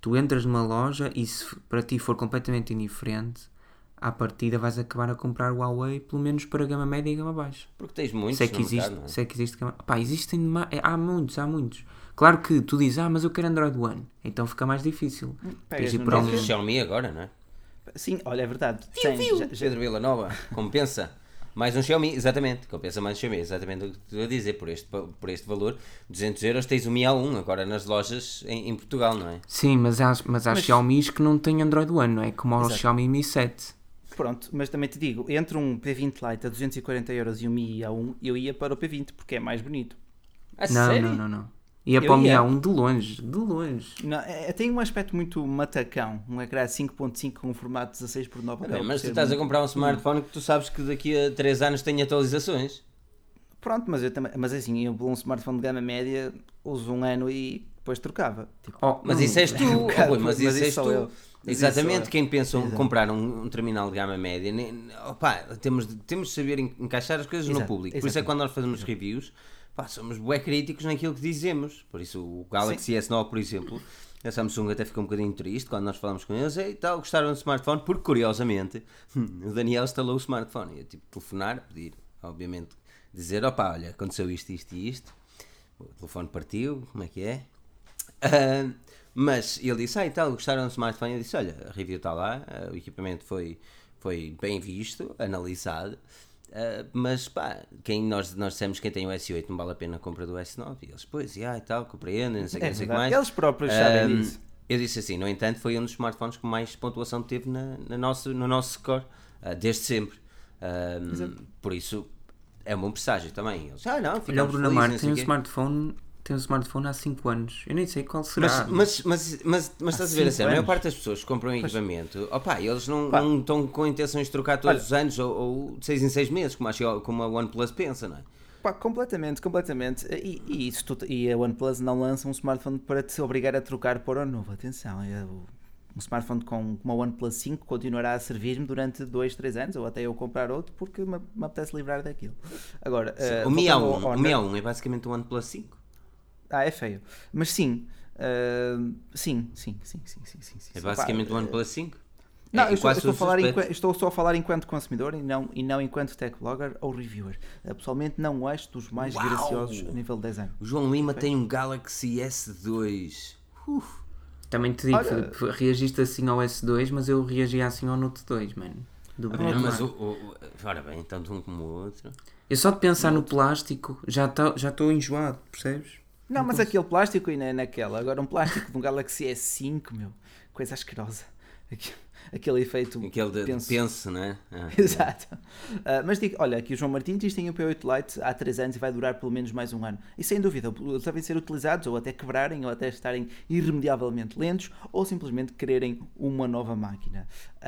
tu entras numa loja e se para ti for completamente indiferente, à partida vais acabar a comprar o Huawei, pelo menos para gama média e gama baixa. Porque tens muitos Se é que no existe, mercado, não é? se é que existe gama... Pá, existem há muitos. Claro que tu dizes, mas eu quero Android One, então fica mais difícil. Pegas Tens de ir no para Tens um... o Xiaomi agora, não é? Sim, olha, é verdade. Pedro Villanova, compensa mais um Xiaomi, exatamente, compensa mais um Xiaomi, exatamente o que estou a dizer, por este valor, 200 euros tens o Mi A1 agora nas lojas em Portugal, não é? Sim, mas há Xiaomis que não têm Android One, não é? Como o Exato. Xiaomi Mi 7. Pronto, mas também te digo, entre um P20 Lite a 240 euros e um Mi A1, eu ia para o P20, porque é mais bonito. A Não, sério? não. Ia Eu para o Mi ia. A1 de longe. Não, tem um aspecto muito matacão, um ecrã 5.5 com um formato 16:9. Bem, mas tu estás a comprar um smartphone que tu sabes que daqui a 3 anos tem atualizações. Pronto, mas eu também, mas assim, eu um smartphone de gama média uso um ano e depois trocava. Tipo, Mas isso és tu, um bocado, Rui, mas isso és sou tu. eu. Mas isso Exatamente, sou eu. quem pensa Exato. comprar um terminal de gama média, temos de saber encaixar as coisas no Exato, público. Por isso é que quando nós fazemos reviews, somos bué críticos naquilo que dizemos. Por isso o Galaxy S9, por exemplo, a Samsung até ficou um bocadinho triste quando nós falamos com eles e tal, gostaram do smartphone, porque curiosamente o Daniel instalou o smartphone. Eu tive que telefonar, pedir, obviamente, dizer, olha, aconteceu isto e isto, o telefone partiu, como é que é? Mas ele disse, e tal, gostaram do smartphone? Eu disse, olha, a review está lá, o equipamento foi bem visto, analisado, mas nós dissemos que quem tem o S8 não vale a pena a compra do S9, e eles, pois, e tal, compreendem, não sei o que, não sei o que mais. Eles próprios sabem disso. Eu disse assim, no entanto, foi um dos smartphones que mais pontuação teve no nosso score, desde sempre. Por isso, é um bom presságio também. Eles, não, Olha, o ficamos Bruno felizes, Amaro não sei tem um smartphone há 5 anos. Eu nem sei qual será. Mas estás a ver assim, a maior anos. parte das pessoas que compram equipamento, eles não estão com intenções de trocar todos os anos ou de 6 em 6 meses, como a OnePlus pensa, não é? Pá, completamente. E a OnePlus não lança um smartphone para te obrigar a trocar por um novo. Atenção, um smartphone com uma OnePlus 5 continuará a servir-me durante 2, 3 anos, ou até eu comprar outro, porque me apetece livrar daquilo. Agora, O Mi A1 é basicamente o OnePlus 5. É feio. Mas sim. Sim. É basicamente o OnePlus 5. Não, eu estou só a falar enquanto consumidor e não enquanto tech blogger ou reviewer. Pessoalmente não acho dos mais graciosos a nível de design. O João Lima tem um Galaxy S2. Também te digo, Olha- Filipe, reagiste assim ao S2, mas eu reagi assim ao Note 2, mano. Do Bruno Mas Amaro. ora bem, tanto um como o outro. Eu só de pensar no plástico já estou enjoado, percebes? Não, mas aquele plástico ainda é naquela. Agora um plástico de um Galaxy S5, meu, coisa asquerosa. Aquele efeito Aquele de penso, não é? Exato. Mas digo, olha, aqui o João Martins diz que tem o P8 Lite há 3 anos e vai durar pelo menos mais um ano. E sem dúvida, eles devem ser utilizados ou até quebrarem ou até estarem irremediavelmente lentos ou simplesmente quererem uma nova máquina.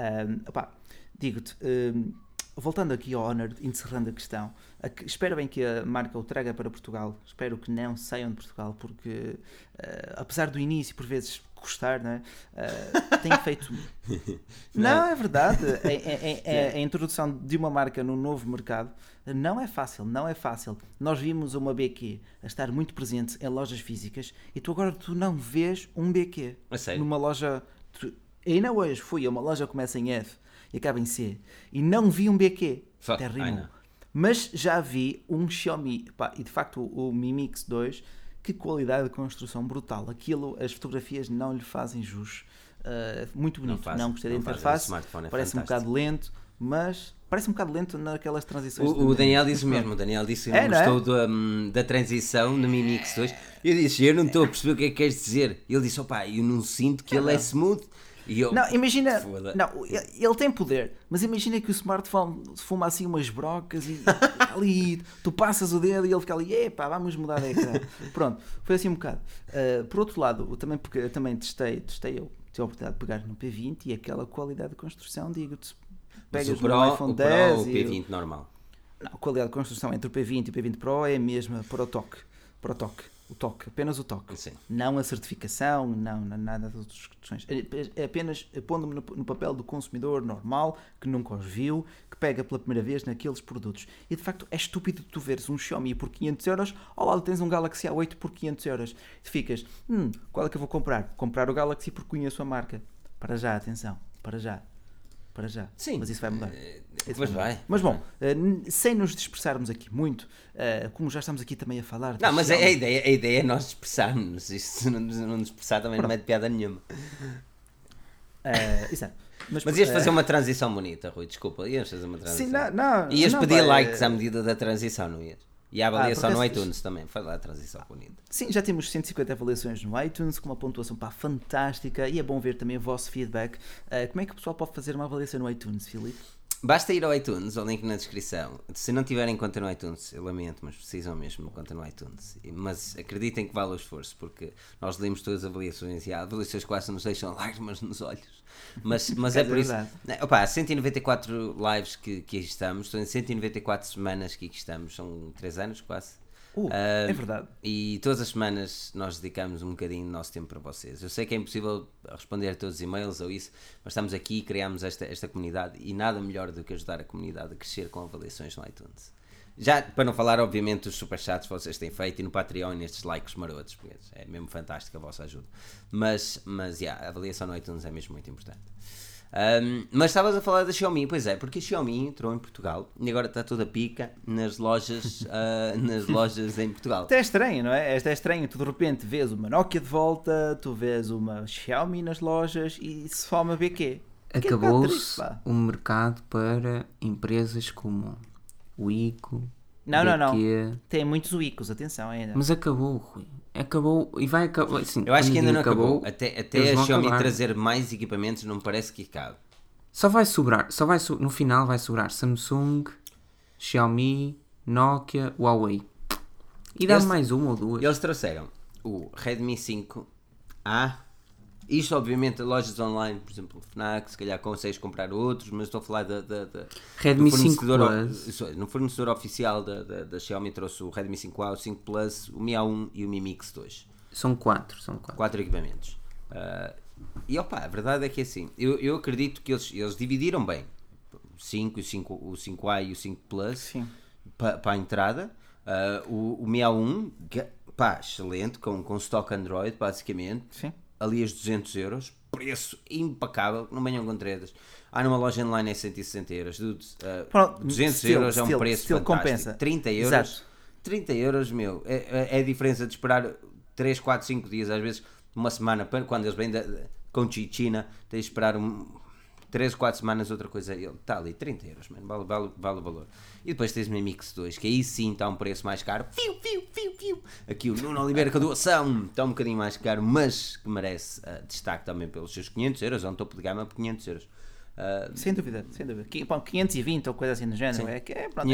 Digo-te, voltando aqui ao Honor, encerrando a questão, espero bem que a marca o traga para Portugal. Espero que não saiam de Portugal, porque apesar do início por vezes custar, não é? Tem feito. Não, é verdade. A introdução de uma marca num novo mercado não é fácil. Nós vimos uma BQ a estar muito presente em lojas físicas e tu não vês um BQ A sério? numa loja. Ainda hoje fui a uma loja que começa em F e acaba em C e não vi um BQ. Até rimou. Mas já vi um Xiaomi, e de facto o Mi Mix 2, que qualidade de construção brutal. Aquilo, as fotografias não lhe fazem jus. Muito bonito. Não gostei da interface. Parece um bocado lento, mas parece um bocado lento naquelas transições. O Daniel disse mesmo. O Daniel disse que não gostou da transição no Mi Mix 2. Eu disse, eu não estou a perceber o que é que queres dizer. Ele disse, eu não sinto que ele é smooth. E eu, não, imagina, foda. não, ele tem poder, mas imagina que o smartphone fuma assim umas brocas e ali tu passas o dedo e ele fica ali, vamos mudar de ecrã. Pronto, foi assim um bocado. Por outro lado, eu também testei, eu tive a oportunidade de pegar no P20 e aquela qualidade de construção, digo-te, Mas pegas o Pro, no iPhone o Pro 10 ou o e P20 normal? não, a qualidade de construção entre o P20 e o P20 Pro é a mesma para o toque. O toque, apenas o toque. Sim. Não a certificação, não nada das outras questões. É apenas pondo-me no papel do consumidor normal, que nunca os viu, que pega pela primeira vez naqueles produtos. E de facto é estúpido tu veres um Xiaomi por 500 euros, ao lado tens um Galaxy A8 por 500 euros. E ficas, qual é que eu vou comprar? Comprar o Galaxy porque conheço a marca. Para já, atenção, para já. Sim. Mas isso vai mudar. Pois vai. Mas bom, sem nos dispersarmos aqui muito, como já estamos aqui também a falar... Não, mas a ideia é nós dispersarmos. Isto se não dispersar também não mete piada nenhuma. Exato. Mas ias fazer uma transição bonita, Rui, desculpa. Ias fazer uma transição. Sim, não. Ias não, pedir vai, likes à medida da transição, não ias? E a avaliação no iTunes também. Foi lá a transição bonita. Sim, já temos 150 avaliações no iTunes, com uma pontuação fantástica, e é bom ver também o vosso feedback. Como é que o pessoal pode fazer uma avaliação no iTunes, Filipe? Basta ir ao iTunes, ao link na descrição. Se não tiverem conta no iTunes, eu lamento, mas precisam mesmo de conta no iTunes. Mas acreditem que vale o esforço, porque nós lemos todas as avaliações e há avaliações que quase nos deixam lágrimas nos olhos. Mas é por isso. Opa, 194 lives que aqui estamos, estão em 194 semanas que aqui estamos, são 3 anos quase. É verdade. E todas as semanas nós dedicamos um bocadinho do nosso tempo para vocês. Eu sei que é impossível responder a todos os e-mails ou isso, mas estamos aqui e criamos esta comunidade, e nada melhor do que ajudar a comunidade a crescer com avaliações no iTunes. Já para não falar, obviamente, dos superchats que vocês têm feito e no Patreon, nestes likes marotos, porque é mesmo fantástico a vossa ajuda. Mas a avaliação no iTunes é mesmo muito importante. Mas estavas a falar da Xiaomi, pois é, porque a Xiaomi entrou em Portugal e agora está toda pica nas lojas, em Portugal. Até é estranho, não é? É estranho, tu de repente vês uma Nokia de volta, tu vês uma Xiaomi nas lojas e só uma BQ. Acabou-se o mercado para empresas como o ICO, Não. Tem muitos Wicos, atenção ainda. Mas acabou, Rui. Acabou e vai acabar. Assim, eu acho que ainda não acabou. Até a Xiaomi acabar. Trazer mais equipamentos não me parece que acabe. Só vai sobrar, no final vai sobrar Samsung, Xiaomi, Nokia, Huawei. E dá mais uma ou duas. Eles trouxeram o Redmi 5A. Isto, obviamente, lojas online, por exemplo, Fnac, se calhar consegues comprar outros, mas estou a falar Redmi do 5 Plus. No fornecedor oficial da Xiaomi trouxe o Redmi 5A, o 5 Plus, o Mi A1 e o Mi Mix 2. São quatro. 4 equipamentos. E opa, a verdade é que é assim, eu acredito que eles dividiram bem o 5A e o 5 Plus para a entrada. O Mi A1, excelente, com stock Android, basicamente. Sim. Ali as 200 euros, preço impecável, não venham com tretas. Numa loja online é 160 euros, 200 euros é um preço fantástico. Compensa. 30 euros, exato. 30 euros, meu, é a diferença de esperar 3, 4, 5 dias, às vezes uma semana, quando eles vêm com China, tens de esperar 3, 4 semanas, outra coisa, ele está ali, 30 euros, mano, vale o valor. E depois tens o Mi Mix 2, que aí sim está um preço mais caro. Aqui o Nuno Oliveira com a doação está um bocadinho mais caro, mas que merece destaque também pelos seus 500 euros, é um topo de gama por 500 euros. Sem dúvida. 520 ou coisa assim do género, pronto,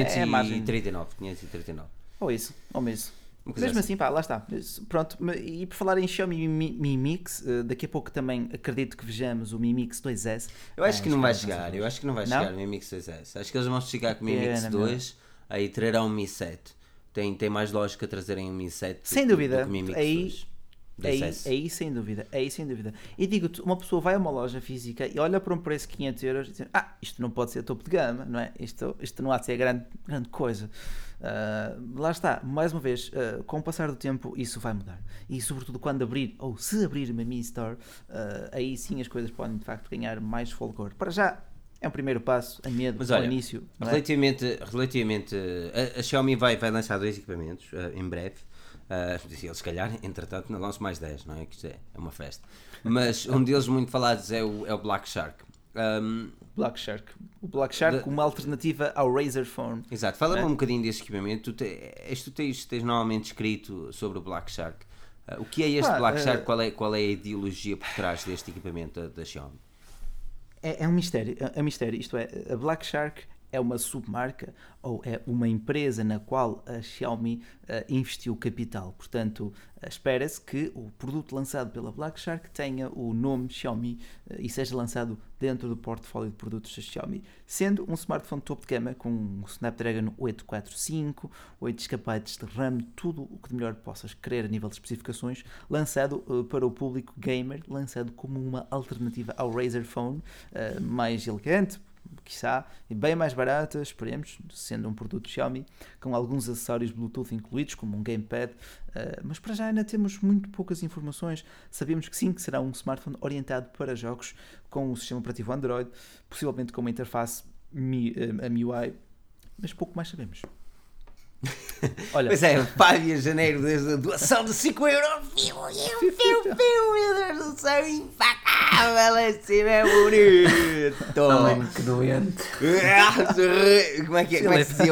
539. Ou isso, ou mesmo. Mesmo assim, lá está. Pronto, e por falar em Xiaomi Mi Mix, daqui a pouco também acredito que vejamos o Mi Mix 2S. Eu acho que não vai chegar, chegar o Mi Mix 2S. Acho que eles vão chegar com o Mi Mix 2, aí trarão um Mi 7. Tem mais lógica trazerem um Mi 7 sem dúvida. do que o Mi Mix 2. Aí sem dúvida. E digo-te, uma pessoa vai a uma loja física e olha para um preço de 500 euros e diz, isto não pode ser topo de gama, não é? Isto não há de ser grande coisa. Lá está, mais uma vez, com o passar do tempo isso vai mudar. E sobretudo quando abrir, ou se abrir uma Mi Store, aí sim as coisas podem de facto ganhar mais folclore. Para já é um primeiro passo, a medo, mas olha, ao início. Relativamente a Xiaomi vai lançar 2 equipamentos em breve. Eles se calhar, entretanto, não lançam mais 10, não é? Que isto é uma festa. Mas um deles muito falados é o Black Shark. O Black Shark como alternativa ao Razer Phone. Exato, fala-me um bocadinho desse equipamento. Tu tens normalmente escrito sobre o Black Shark. O que é este Black Shark? Qual é a ideologia por trás deste equipamento da Xiaomi? É um mistério, isto é, a Black Shark é uma submarca ou é uma empresa na qual a Xiaomi investiu capital. Portanto, espera-se que o produto lançado pela Black Shark tenha o nome Xiaomi e seja lançado dentro do portfólio de produtos da Xiaomi, sendo um smartphone topo de gama com um Snapdragon 845, 8 GB de RAM, tudo o que de melhor possas querer a nível de especificações, lançado para o público gamer, lançado como uma alternativa ao Razer Phone, mais elegante, quiçá, e bem mais barata, esperemos, sendo um produto Xiaomi, com alguns acessórios Bluetooth incluídos, como um gamepad, mas para já ainda temos muito poucas informações. Sabemos que sim, que será um smartphone orientado para jogos com o sistema operativo Android, possivelmente com uma interface MIUI, mas pouco mais sabemos. Olha. Pois é, Fábio Janeiro, desde a doação de 5€. Meu Deus do céu, impecável, assim é bonito. Além que doente. Como é que se dizia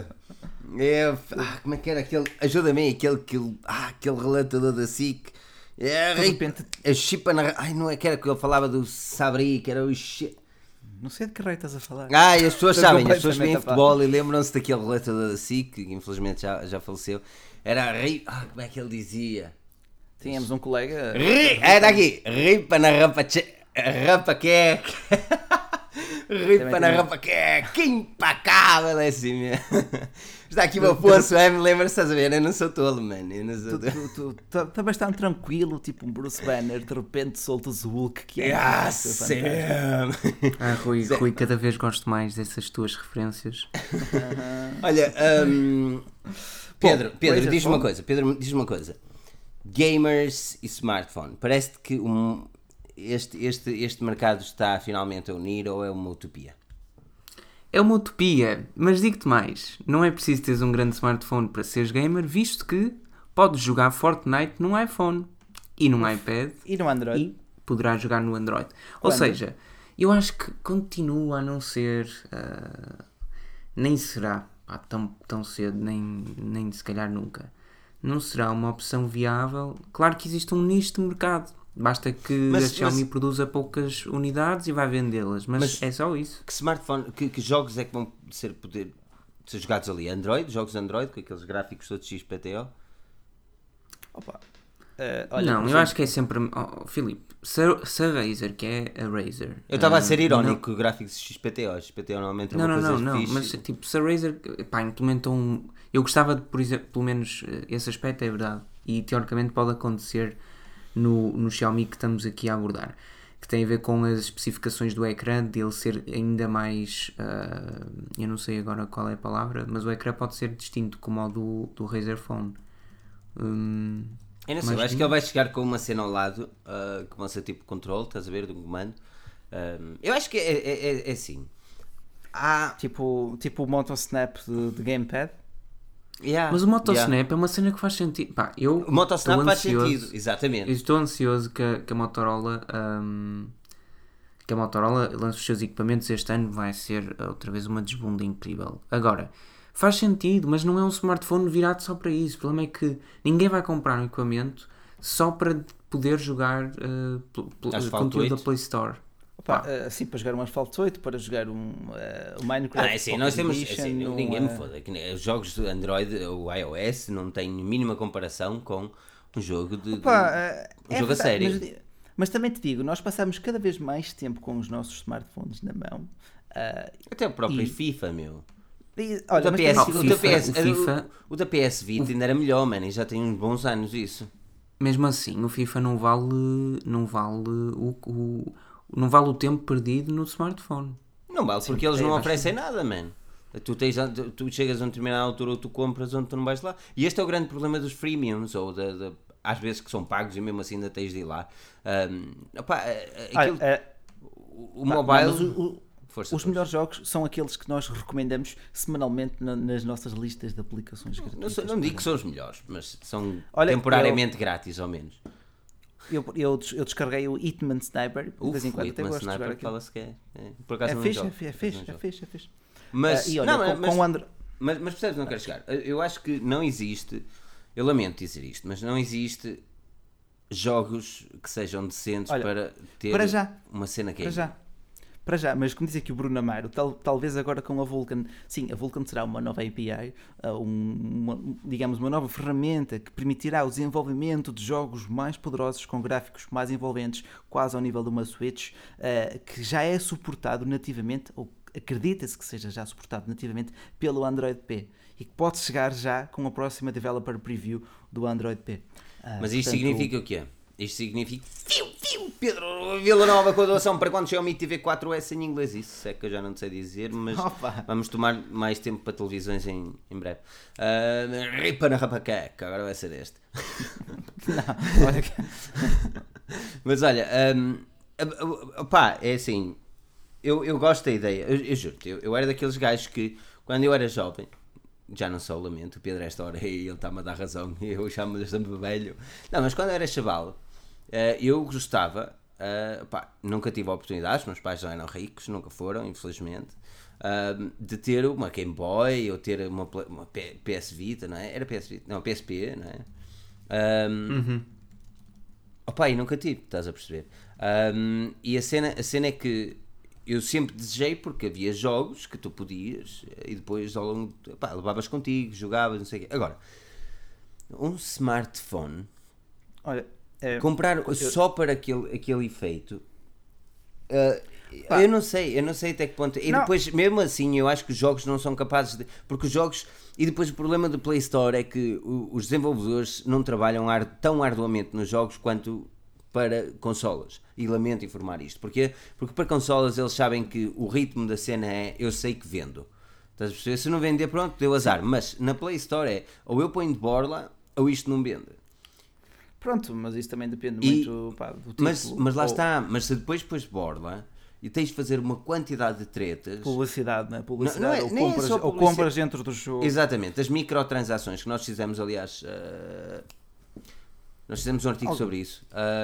como é que era aquele? Ajuda-me, aquele relatador da SIC. De repente. A chipa na. Ai, não é que era que ele falava do Sabri, que era o. Não sei de que rei estás a falar. As pessoas sabem, as pessoas veem futebol e lembram-se daquele relatador da SIC, que infelizmente já faleceu. Era como é que ele dizia? Tínhamos um colega. Era aqui, ripa na rapaqueca. Ripa na rapaqueca, que impecável, é assim mesmo. Está aqui o Afonso, me lembra-se, estás a ver? Eu não sou tolo, mano. Tu está bastante tranquilo, tipo um Bruce Banner, de repente soltas o Hulk, que é. Rui, cada vez gosto mais dessas tuas referências. Olha, Pedro, diz-me uma coisa. Gamers e smartphone, parece-te que este mercado está finalmente a unir ou é uma utopia? É uma utopia, mas digo-te mais, não é preciso teres um grande smartphone para seres gamer, visto que podes jogar Fortnite num iPhone e num iPad e no Android e poderás jogar no Android. Ou seja, eu acho que continua a não ser, nem será tão cedo, nem se calhar nunca, não será uma opção viável. Claro que existe um nicho de mercado. Basta que a Xiaomi produza poucas unidades e vai vendê-las, mas é só isso. Que smartphone, que jogos é que vão poder ser jogados ali? Android? Jogos Android, com aqueles gráficos todos XPTO? Olha, não, eu acho que é sempre... Filipe, se a Razer, que é a Razer... Eu estava a ser irónico com gráficos XPTO. XPTO normalmente é uma coisa fixe. Mas tipo, se a Razer implementou eu gostava de, por exemplo, pelo menos esse aspecto é verdade, e teoricamente pode acontecer no Xiaomi que estamos aqui a abordar, que tem a ver com as especificações do ecrã, dele ser ainda mais, eu não sei agora qual é a palavra, mas o ecrã pode ser distinto como o do Razer Phone. Eu não sei, acho que ele vai chegar com uma cena ao lado, com essa tipo de controle, estás a ver, de um comando. Eu acho que é assim. Tipo o Moto Snap de gamepad. Mas o Motosnap é uma cena que faz sentido. O Motosnap faz sentido, exatamente. Eu estou ansioso que a Motorola lance os seus equipamentos este ano. Vai ser outra vez uma desbunda incrível. Agora, faz sentido, mas não é um smartphone virado só para isso. O problema é que ninguém vai comprar um equipamento só para poder jogar conteúdo da Play Store. Assim, para jogar um Asphalt 8, para jogar um Minecraft. Assim, nós temos. Ninguém me foda. Os jogos do Android ou iOS não têm mínima comparação com um jogo jogo a sério. Mas também te digo, nós passamos cada vez mais tempo com os nossos smartphones na mão. Até o próprio FIFA, meu. Olha, o da PS Vita ainda era melhor, mano, e já tem uns bons anos isso. Mesmo assim, o FIFA não vale o tempo perdido no smartphone. Não vale, porque eles não oferecem nada, mano. Tu chegas a uma determinada altura ou tu compras onde tu não vais lá. E este é o grande problema dos freemiums, ou às vezes que são pagos e mesmo assim ainda tens de ir lá. O mobile... Os melhores jogos são aqueles que nós recomendamos semanalmente nas nossas listas de aplicações gratuitas. Não digo que são os melhores, mas são temporariamente grátis, ao menos. Eu descarreguei o Hitman Sniper, de vez em quando até gosto de jogar aquilo. Fala-se que por acaso é fixe. Mas percebes, não quero chegar. Eu acho que não existe, eu lamento dizer isto, mas não existe jogos que sejam decentes para ter uma cena que é. para já, mas como diz aqui o Bruno Amaro, talvez agora com a Vulkan, sim, a Vulkan será uma nova API, digamos uma nova ferramenta que permitirá o desenvolvimento de jogos mais poderosos com gráficos mais envolventes, quase ao nível de uma Switch, que já é suportado nativamente, ou acredita-se que seja já suportado nativamente pelo Android P e que pode chegar já com a próxima Developer Preview do Android P. Mas isto significa o quê? Isto significa Pedro Villanova com a doação para quando Xiaomi TV 4S em inglês. Isso é que eu já não sei dizer, mas vamos tomar mais tempo para televisões em breve. Ripa na rapaqueca, agora vai ser este. Não, olha que... Mas olha, é assim, eu gosto da ideia, eu juro-te, eu era daqueles gajos que quando eu era jovem, já não sou, lamento, o Pedro esta hora ele está-me a dar razão, eu chamo-lhe sempre velho. Não, mas quando eu era chaval, eu gostava, nunca tive oportunidades, meus pais não eram ricos, nunca foram, infelizmente, de ter uma Game Boy ou ter uma PS Vita, não é? Era PS Vita, não, PSP, não é? E nunca tive, estás a perceber? E a cena é que eu sempre desejei, porque havia jogos que tu podias e depois ao longo levavas contigo, jogavas, não sei o quê. Agora, um smartphone, olha, comprar só para aquele efeito, eu não sei até que ponto. E depois, mesmo assim, eu acho que os jogos não são capazes de. Porque os jogos. E depois o problema do Play Store é que os desenvolvedores não trabalham tão arduamente nos jogos quanto para consolas. E lamento informar isto. Porquê? Porque para consolas eles sabem que o ritmo da cena é eu sei que vendo. Estás a perceber? Se não vender, pronto, deu azar. Mas na Play Store é ou eu ponho de borla ou isto não vende. Pronto, mas isso também depende muito do tipo. Mas lá está. Mas se depois pões de borla e tens de fazer uma quantidade de tretas. Publicidade, não é? Publicidade, ou compras dentro do jogo. Exatamente, as microtransações que nós fizemos, aliás, nós fizemos um artigo sobre isso.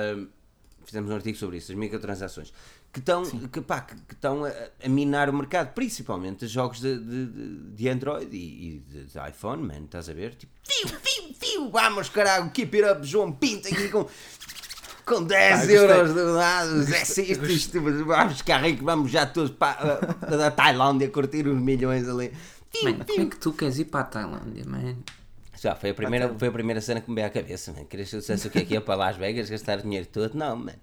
As microtransações que estão a minar o mercado, principalmente os jogos de Android e de iPhone, man, estás a ver? Tipo, vamos caralho, keep it up, João Pinto aqui com 10 euros do lado, isto, vamos ficar rico, vamos já todos para a Tailândia curtir uns milhões ali. Como é que tu queres ir para a Tailândia, man? Já, foi a primeira cena que me veio à cabeça, man. Querias que eu dissesse o que é que ia para Las Vegas, gastar dinheiro todo? Não, man.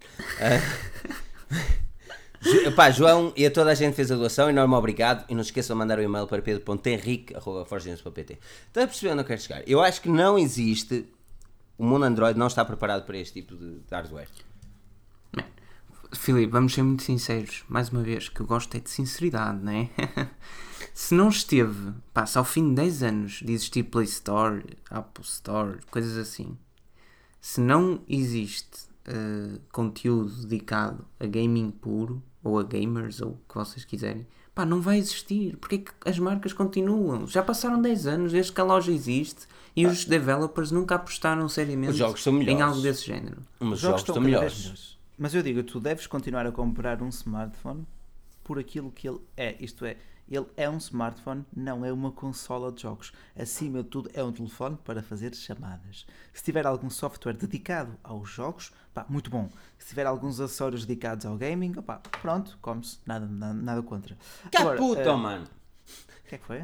João e a toda a gente que fez a doação, enorme obrigado, e não se esqueçam de mandar o e-mail para pedro.henrique@forgegames.pt. Estás a perceber onde eu quero chegar? Eu acho que não existe. O mundo Android não está preparado para este tipo de hardware. Bem, Filipe, vamos ser muito sinceros. Mais uma vez, que eu gosto é de sinceridade, não é? Se não esteve, se ao fim de 10 anos de existir Play Store, Apple Store, coisas assim, se não existe conteúdo dedicado a gaming puro, ou a gamers, ou o que vocês quiserem, não vai existir. Porque é que as marcas continuam? Já passaram 10 anos desde que a loja existe. E os developers nunca apostaram seriamente em algo desse género. Os jogos estão melhores. Mas eu digo, tu deves continuar a comprar um smartphone por aquilo que ele é. Isto é, ele é um smartphone, não é uma consola de jogos. Acima de tudo, é um telefone para fazer chamadas. Se tiver algum software dedicado aos jogos, muito bom. Se tiver alguns acessórios dedicados ao gaming, pronto, come-se. Nada contra. Caputo, mano! O que é que foi?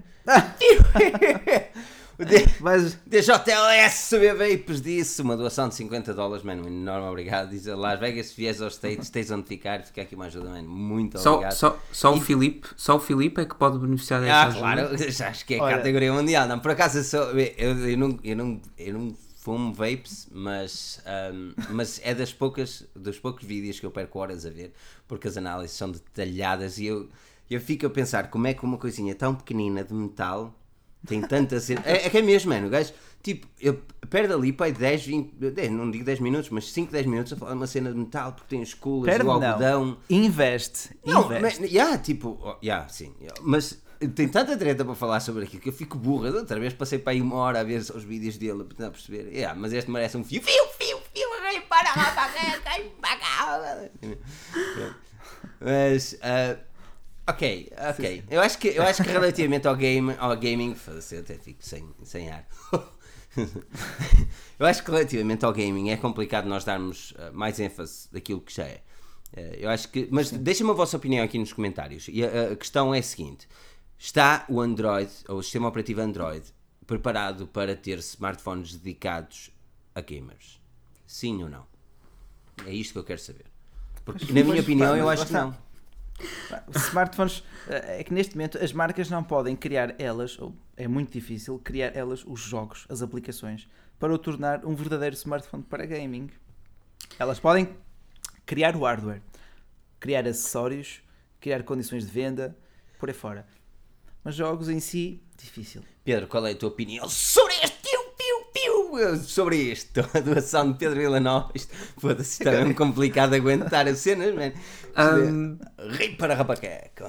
DJLS Vapes disse uma doação de $50, mano, um enorme obrigado. Diz Las Vegas, se vieres aos States, tens onde ficar, fica aqui uma ajuda, mano, muito obrigado. Só o Filipe é que pode beneficiar dessa ajuda. Claro, acho que é a categoria mundial. Não, por acaso eu não fumo vapes, mas é dos poucos vídeos que eu perco horas a ver, porque as análises são detalhadas e eu fico a pensar como é que uma coisinha tão pequenina de metal tem tanta cena. É que é mesmo, mano. O gajo, tipo, eu perdo ali, 10, 20, não digo 10 minutos, mas 5, 10 minutos a falar de uma cena de metal porque tem as colas, o algodão. Investe. Sim. Mas tem tanta treta para falar sobre aquilo que eu fico burra. Outra vez passei para aí 1 hora a ver os vídeos dele para perceber. Mas este merece um fio, para mas. Ok. Eu acho que relativamente ao gaming, eu até fico sem ar. Eu acho que relativamente ao gaming é complicado nós darmos mais ênfase daquilo que já é. Eu acho que... Mas deixem-me a vossa opinião aqui nos comentários. E a questão é a seguinte. Está o Android, ou o sistema operativo Android, preparado para ter smartphones dedicados a gamers? Sim ou não? É isto que eu quero saber. Porque, na minha opinião, eu acho que não. Smartphones, é que neste momento as marcas não podem criar elas, ou é muito difícil criar elas os jogos, as aplicações, para o tornar um verdadeiro smartphone para gaming. Elas podem criar o hardware, criar acessórios, criar condições de venda, por aí fora. Mas jogos em si, difícil. Pedro, qual é a tua opinião sobre este? Sobre isto, a doação de Pedro Villanova. Foda-se, está mesmo complicado aguentar as cenas, man. Ri para rapaqueco.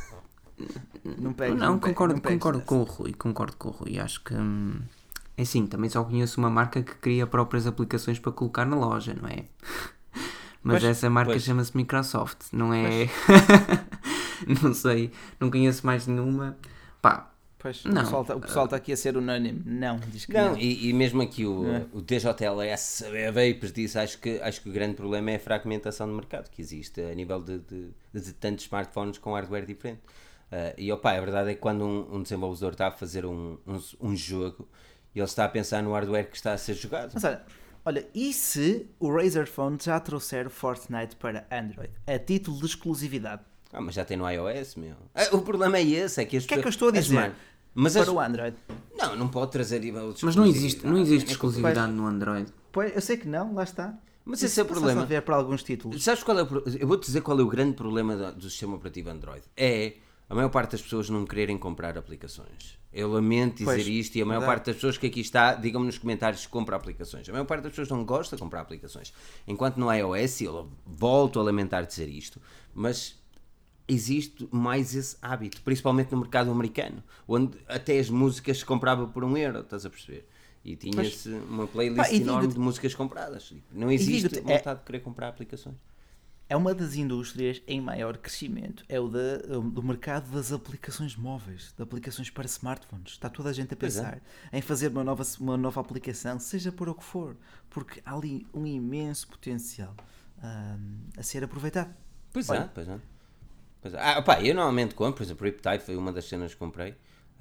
Concordo com o Rui. Acho que é assim, também só conheço uma marca que cria próprias aplicações para colocar na loja, não é? Mas essa marca chama-se Microsoft, não é? Não sei, não conheço mais nenhuma. Pá. Pois, não. O pessoal está aqui a ser unânime. Não, diz que não. E mesmo aqui o DJLS Vapers disse, acho que o grande problema é a fragmentação do mercado que existe a nível de tantos smartphones com hardware diferente. E a verdade é que quando um desenvolvedor está a fazer um jogo, ele está a pensar no hardware que está a ser jogado. Mas olha, e se o Razer Phone já trouxer Fortnite para Android a título de exclusividade? Mas já tem no iOS, meu. O problema é esse, é que as pessoas... O que é que eu estou a dizer? Mas para o Android. Não pode trazer... Mas não existe exclusividade no Android. Pois, eu sei que não, lá está. Mas esse é o problema. Só ver para alguns títulos. Sabes qual é eu vou-te dizer qual é o grande problema do sistema operativo Android. É a maior parte das pessoas não quererem comprar aplicações. Eu lamento dizer isto e a maior parte das pessoas que aqui está, digam-me nos comentários se compra aplicações. A maior parte das pessoas não gosta de comprar aplicações. Enquanto no iOS, eu volto a lamentar dizer isto, mas... existe mais esse hábito, principalmente no mercado americano, onde até as músicas se comprava por €1, estás a perceber? E tinha-se uma playlist enorme de músicas compradas. Não existe vontade de querer comprar aplicações. É uma das indústrias em maior crescimento, é o do mercado das aplicações móveis, de aplicações para smartphones. Está toda a gente a pensar em fazer uma nova aplicação, seja por o que for, porque há ali um imenso potencial a ser aproveitado. Pois é. Eu normalmente compro, por exemplo, Riptide foi uma das cenas que comprei.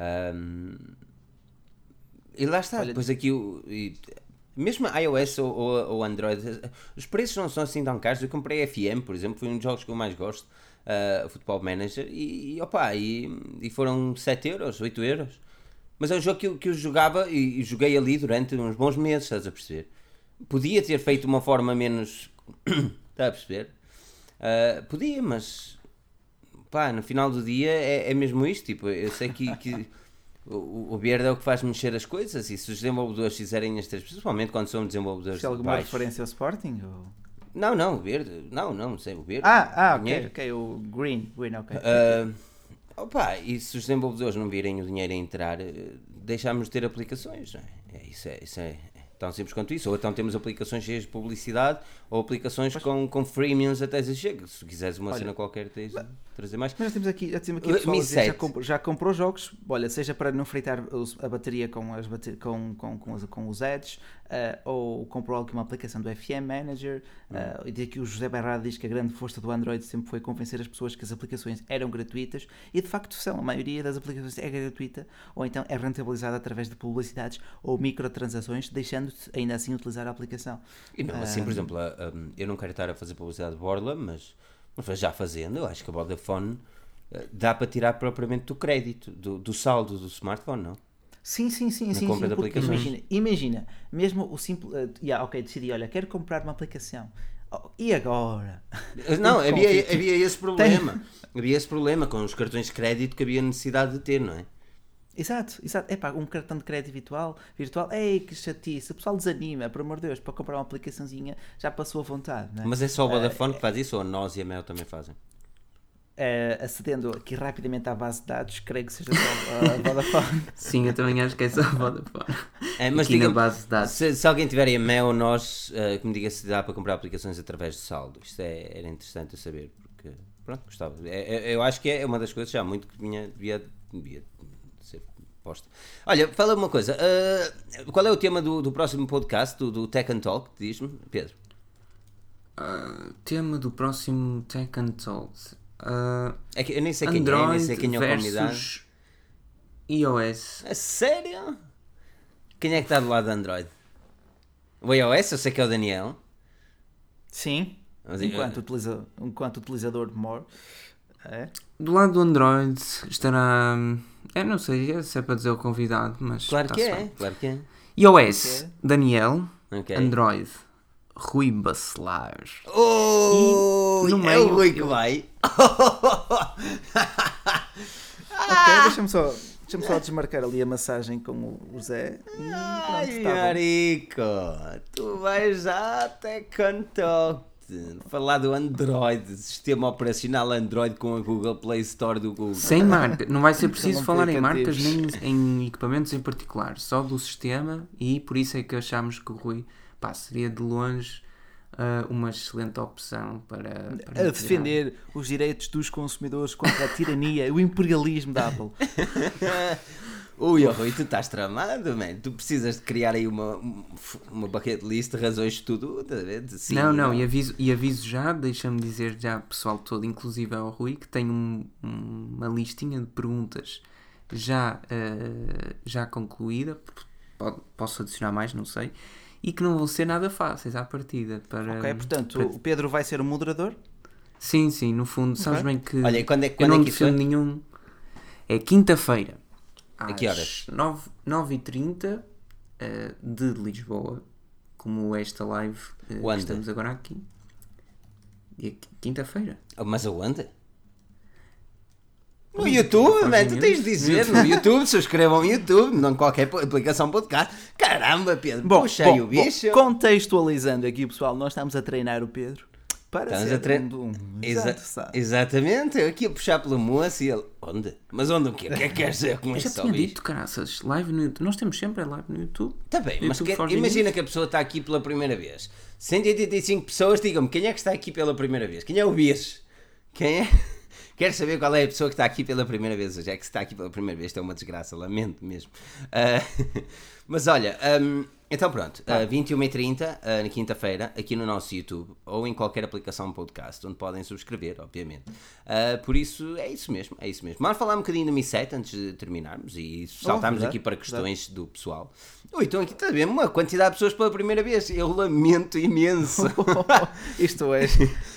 E lá está, depois aqui mesmo iOS ou Android, os preços não são assim tão caros. Eu comprei FM, por exemplo, foi um dos jogos que eu mais gosto, Football Manager, e foram €7, €8. Mas é um jogo que eu jogava e joguei ali durante uns bons meses, estás a perceber? Podia ter feito de uma forma menos... estás a perceber? Podia, mas... no final do dia é mesmo isto, tipo, eu sei que o verde é o que faz mexer as coisas, e se os desenvolvedores fizerem as três, principalmente quando são desenvolvedores de alguma referência ao Sporting? Ou... Não, o verde, não sei, o verde. Ok, o green, ok. E se os desenvolvedores não virem o dinheiro a entrar, deixamos de ter aplicações, não é? Isso é tão simples quanto isso. Ou então temos aplicações cheias de publicidade, ou aplicações com freemiums até se chega. Se quiseres uma cena qualquer, tens de trazer mais. Mas temos aqui pessoal a dizer, já comprou jogos, olha, seja para não fritar a bateria com os ads, ou comprou alguma aplicação do FM Manager, e aqui o José Berrada diz que a grande força do Android sempre foi convencer as pessoas que as aplicações eram gratuitas, e de facto são, a maioria das aplicações é gratuita, ou então é rentabilizada através de publicidades ou microtransações, deixando-te ainda assim utilizar a aplicação. E não, assim, por exemplo, eu não quero estar a fazer publicidade de Borla, mas já fazendo, eu acho que a Vodafone dá para tirar propriamente do crédito, do saldo do smartphone, não? Sim. Compra de aplicações. Imagina, mesmo o simples. Decidi, olha, quero comprar uma aplicação. E agora? Não, havia esse problema. Havia esse problema com os cartões de crédito que havia necessidade de ter, não é? Exato. Um cartão de crédito virtual. Ei, que chatice. O pessoal desanima, por amor de Deus, para comprar uma aplicaçãozinha já passou a vontade, não é? Mas é só o Vodafone que faz isso, ou a Nós e a Mel também fazem? Acedendo aqui rapidamente à base de dados, creio que seja só a Vodafone. Sim, eu também acho que é só a Vodafone. Mas aqui na base de dados. Se alguém tiver a Mel ou Nós, que me diga se dá para comprar aplicações através de saldo. Isto era interessante a saber, porque pronto, gostava. Eu acho que é uma das coisas já muito que devia ser posta. Olha, fala-me uma coisa. Qual é o tema do próximo podcast, do Tech and Talk? Diz-me, Pedro. Tema do próximo Tech Untold. É que eu nem sei quem Android nem sei quem é o convidado. versus iOS. É sério? Quem é que está do lado do Android? O iOS, eu sei que é o Daniel. Sim, Mas, enquanto utilizador more. É. Do lado do Android estará... Eu não sei se é para dizer o convidado, mas... Claro que está-se é, bem. claro que é. iOS, Daniel. Ok. Android, Rui Bacelar. Oh, E no é meio- o Rui que vai. Ok, deixa-me só desmarcar ali a massagem com o Zé. E Ai, pronto, tá bom. Marico, tu vais já até cantar falar do Android, sistema operacional Android com a Google Play Store do Google. Sem marca. Não vai ser preciso Não falar em tem marcas cantivos. nem em equipamentos em particular. Só do sistema, e por isso é que achámos que o Rui seria de longe uma excelente opção para A integrar. defender os direitos dos consumidores contra a tirania, o imperialismo da Apple. Ui, oh, Rui, tu estás tramado, man. Tu precisas de criar aí uma bucket list de razões de tudo. De sim, Não, e aviso já, deixa-me dizer já, pessoal todo, inclusive ao Rui, que tem uma listinha de perguntas já concluída, posso adicionar mais, não sei, e que não vão ser nada fáceis à partida. Ok, portanto, o Pedro vai ser o moderador. Sim, no fundo, sabes Ok. bem que Olha, e quando é eu não que isso defendo é? nenhum. É quinta-feira. A que horas? 9h30 de Lisboa, como esta live que Onde? estamos agora aqui. E quinta-feira. Mas aonde? No YouTube, man, tu tens de dizer no YouTube, subscrevam no YouTube, não qualquer aplicação podcast. Caramba, Pedro, puxei o bicho. Contextualizando aqui, pessoal, nós estamos a treinar o Pedro para Estamos ser a treinar. Exato, sabe. Exatamente, eu aqui a puxar pelo moço e ele. Onde? Mas onde o quê? O que é que queres dizer com Já isso, ó tinha bicho? dito, caraças, live no YouTube. Nós temos sempre live no YouTube. Está bem, mas YouTube for imagina Genius. que a pessoa está aqui pela primeira vez. 185 pessoas, digam-me, quem é que está aqui pela primeira vez? Quem é o bicho? Quem é? Quero saber qual é a pessoa que está aqui pela primeira vez hoje. É que se está aqui pela primeira vez, isto é uma desgraça, lamento mesmo. Mas olha, então pronto, 21h30 na quinta-feira, aqui no nosso YouTube, ou em qualquer aplicação de podcast, onde podem subscrever, obviamente. Por isso, é isso mesmo. Vamos falar um bocadinho do Mi 7 antes de terminarmos e saltarmos verdade, aqui para questões do pessoal. Ui, então aqui está a ver uma quantidade de pessoas pela primeira vez. Eu lamento imenso. Isto hoje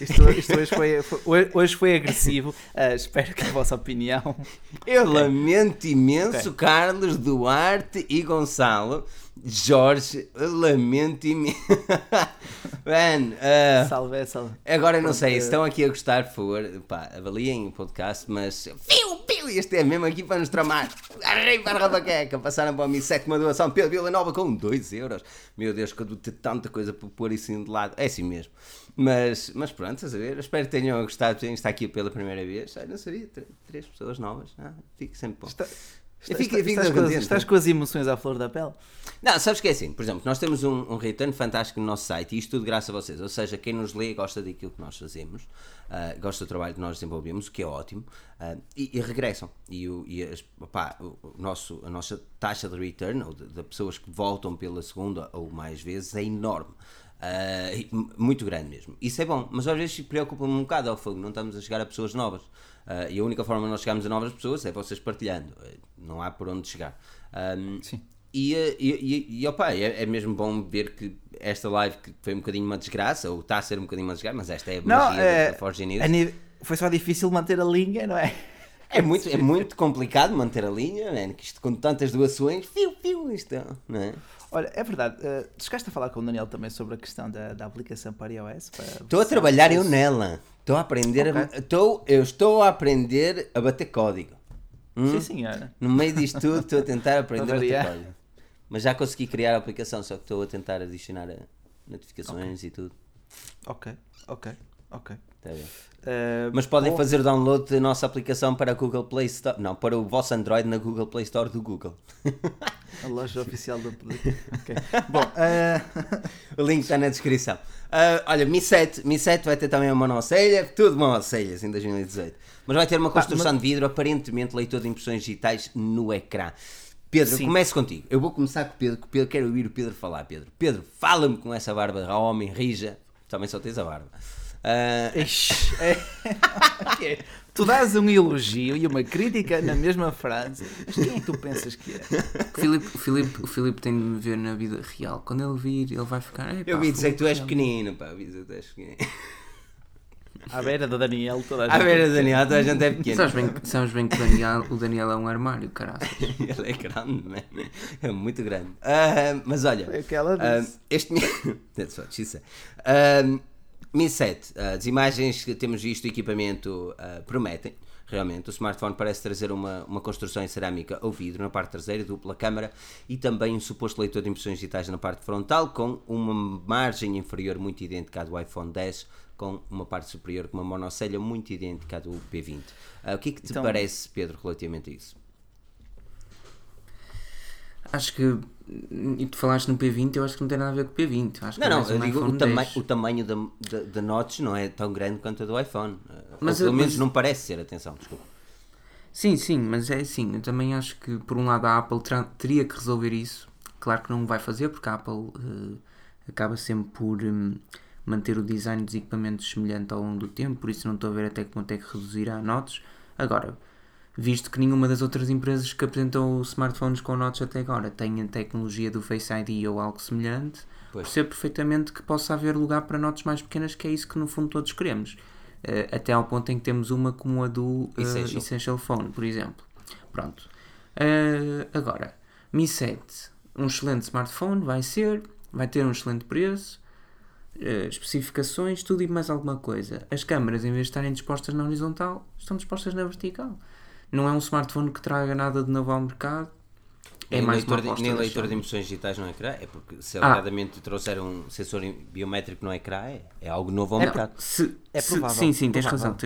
foi agressivo. Espero que a vossa opinião. Eu lamento imenso, Carlos, Duarte e Gonçalo. Jorge, eu lamento imenso. Man, Salve. agora eu não sei, se estão aqui a gostar, por favor, pá, avaliem o podcast, mas este é mesmo aqui para nos tramar. Arrei para a rabaqueca, passaram para a Mi 7 uma doação Pedro Villanova com 2€. Meu Deus, que eu dou tanta coisa para pôr isso de lado. É assim mesmo. Mas pronto, estás a ver? Espero que tenham gostado de estar aqui pela primeira vez. Não sabia, 3 pessoas novas. Fico sempre bom. Estás com as emoções à flor da pele? Não, sabes que é assim, por exemplo, nós temos um return fantástico no nosso site e isto tudo graças a vocês, ou seja, quem nos lê gosta daquilo que nós fazemos, gosta do trabalho que nós desenvolvemos, o que é ótimo, e regressam. A nossa taxa de return, ou de pessoas que voltam pela segunda ou mais vezes, é enorme. Muito grande mesmo. Isso é bom, mas às vezes preocupa-me um bocado ao fogo, não estamos a chegar a pessoas novas. E a única forma de nós chegarmos a novas pessoas é vocês partilhando, não há por onde chegar. Sim. É mesmo bom ver que esta live que foi um bocadinho uma desgraça, ou está a ser um bocadinho uma desgraça, mas esta é a magia da Forge News. Foi só difícil manter a linha, não é? É muito complicado manter a linha, né? Que isto com tantas doações, isto, não é? Olha, é verdade, chegaste a falar com o Daniel também sobre a questão da aplicação para iOS? Estou a trabalhar eu nela, estou a aprender, eu estou a aprender a bater código. Sim, senhora. No meio disto tudo estou a tentar aprender a bater variar. código. Mas já consegui criar a aplicação, só que estou a tentar adicionar notificações e tudo. Ok. Está bem. Mas podem fazer o download da nossa aplicação para a Google Play Store. Não, para o vosso Android na Google Play Store do Google. A loja oficial do okay. Bom, o link está na descrição. Olha, Mi 7 vai ter também uma monocelha, tudo monocelhas em 2018. Mas vai ter uma construção de vidro, aparentemente leitor de impressões digitais no ecrã. Pedro, começo contigo. Eu vou começar com o Pedro, quero ouvir o Pedro falar. Pedro, fala-me com essa barba de homem, rija. Também só tens a barba. Tu dás um elogio e uma crítica na mesma frase. Mas quem é que tu pensas que é? O Filipe tem de me ver na vida real. Quando ele vir, ele vai ficar. Eu vi dizer que tu és pequenino, pá. Eu vi dizer que tu és pequenino. À beira do Daniel, toda a gente. À beira do Daniel, toda a gente é pequeno. Sabes bem que o Daniel é um armário, caralho. Ele é grande, man. É muito grande. Mas olha, Foi o que ela disse. That's what she said. Mi 7, as imagens que temos visto, o equipamento prometem. Realmente, o smartphone parece trazer uma construção em cerâmica ou vidro na parte traseira, dupla câmara e também um suposto leitor de impressões digitais na parte frontal, com uma margem inferior muito idêntica à do iPhone X, com uma parte superior com uma monocelha muito idêntica à do P20. O que é que te parece, Pedro, relativamente a isso? Acho que, e tu falaste no P20, eu acho que não tem nada a ver com o P20. Acho que eu digo o tamanho da notch não é tão grande quanto a do iPhone. Mas, pelo menos não parece ser, atenção, desculpa. Sim, mas é assim, eu também acho que por um lado a Apple teria que resolver isso. Claro que não vai fazer, porque a Apple acaba sempre por manter o design dos equipamentos semelhante ao longo do tempo, por isso não estou a ver até que ponto é que reduzirá notes. Agora, visto que nenhuma das outras empresas que apresentam smartphones com notes até agora tem a tecnologia do Face ID ou algo semelhante, percebo perfeitamente que possa haver lugar para notes mais pequenas, que é isso que no fundo todos queremos. Até ao ponto em que temos uma como a do Essential Phone, por exemplo. Pronto. Agora, Mi 7, um excelente smartphone, vai ter um excelente preço, especificações, tudo e mais alguma coisa. As câmaras, em vez de estarem dispostas na horizontal, estão dispostas na vertical. Não é um smartphone que traga nada de novo ao mercado. Nem leitor de impressões digitais no ecrã, é porque se alegadamente trouxer um sensor biométrico no ecrã, é algo novo ao mercado. É provável. Sim, tens razão.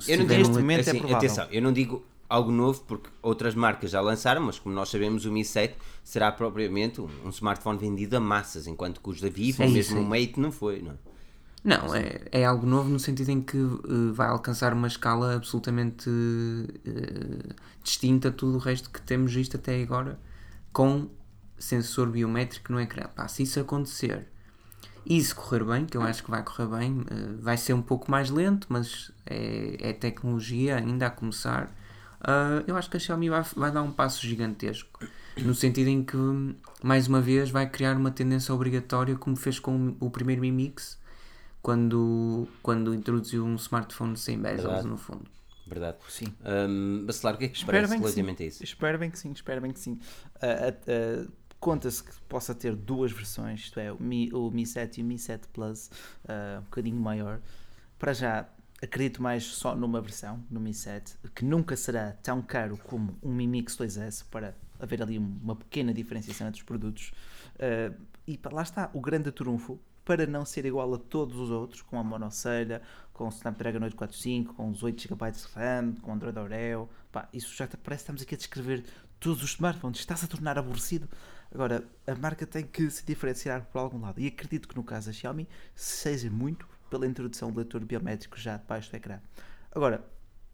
Eu não digo algo novo porque outras marcas já lançaram, mas como nós sabemos, o Mi 7 será propriamente um smartphone vendido a massas, enquanto que os da Vivo ou mesmo o Mate não foi, não é? Não, é algo novo no sentido em que vai alcançar uma escala absolutamente distinta a tudo o resto que temos visto até agora, com sensor biométrico no ecrã. Se isso acontecer e se correr bem, que eu acho que vai correr bem, vai ser um pouco mais lento, mas é tecnologia ainda a começar. Eu acho que a Xiaomi vai dar um passo gigantesco, no sentido em que, mais uma vez, vai criar uma tendência obrigatória, como fez com o primeiro Mi Mix, quando introduziu um smartphone sem bezels, no fundo. Verdade. Sim. Bacelar, o que é que te parece relativamente a isso? Espero bem que sim. Conta-se que possa ter duas versões, isto é, o Mi 7 e o Mi 7 Plus, um bocadinho maior. Para já, acredito mais só numa versão, no Mi 7, que nunca será tão caro como um Mi Mix 2S, para haver ali uma pequena diferenciação entre os produtos. E lá está, o grande trunfo, para não ser igual a todos os outros, com a monocelha, com o Snapdragon 845, com os 8 GB de RAM, com o Android Oreo. Isso já parece que estamos aqui a descrever todos os smartphones. Está-se a tornar aborrecido. Agora, a marca tem que se diferenciar por algum lado. E acredito que no caso da Xiaomi seja muito pela introdução do leitor biométrico já debaixo do ecrã. Agora,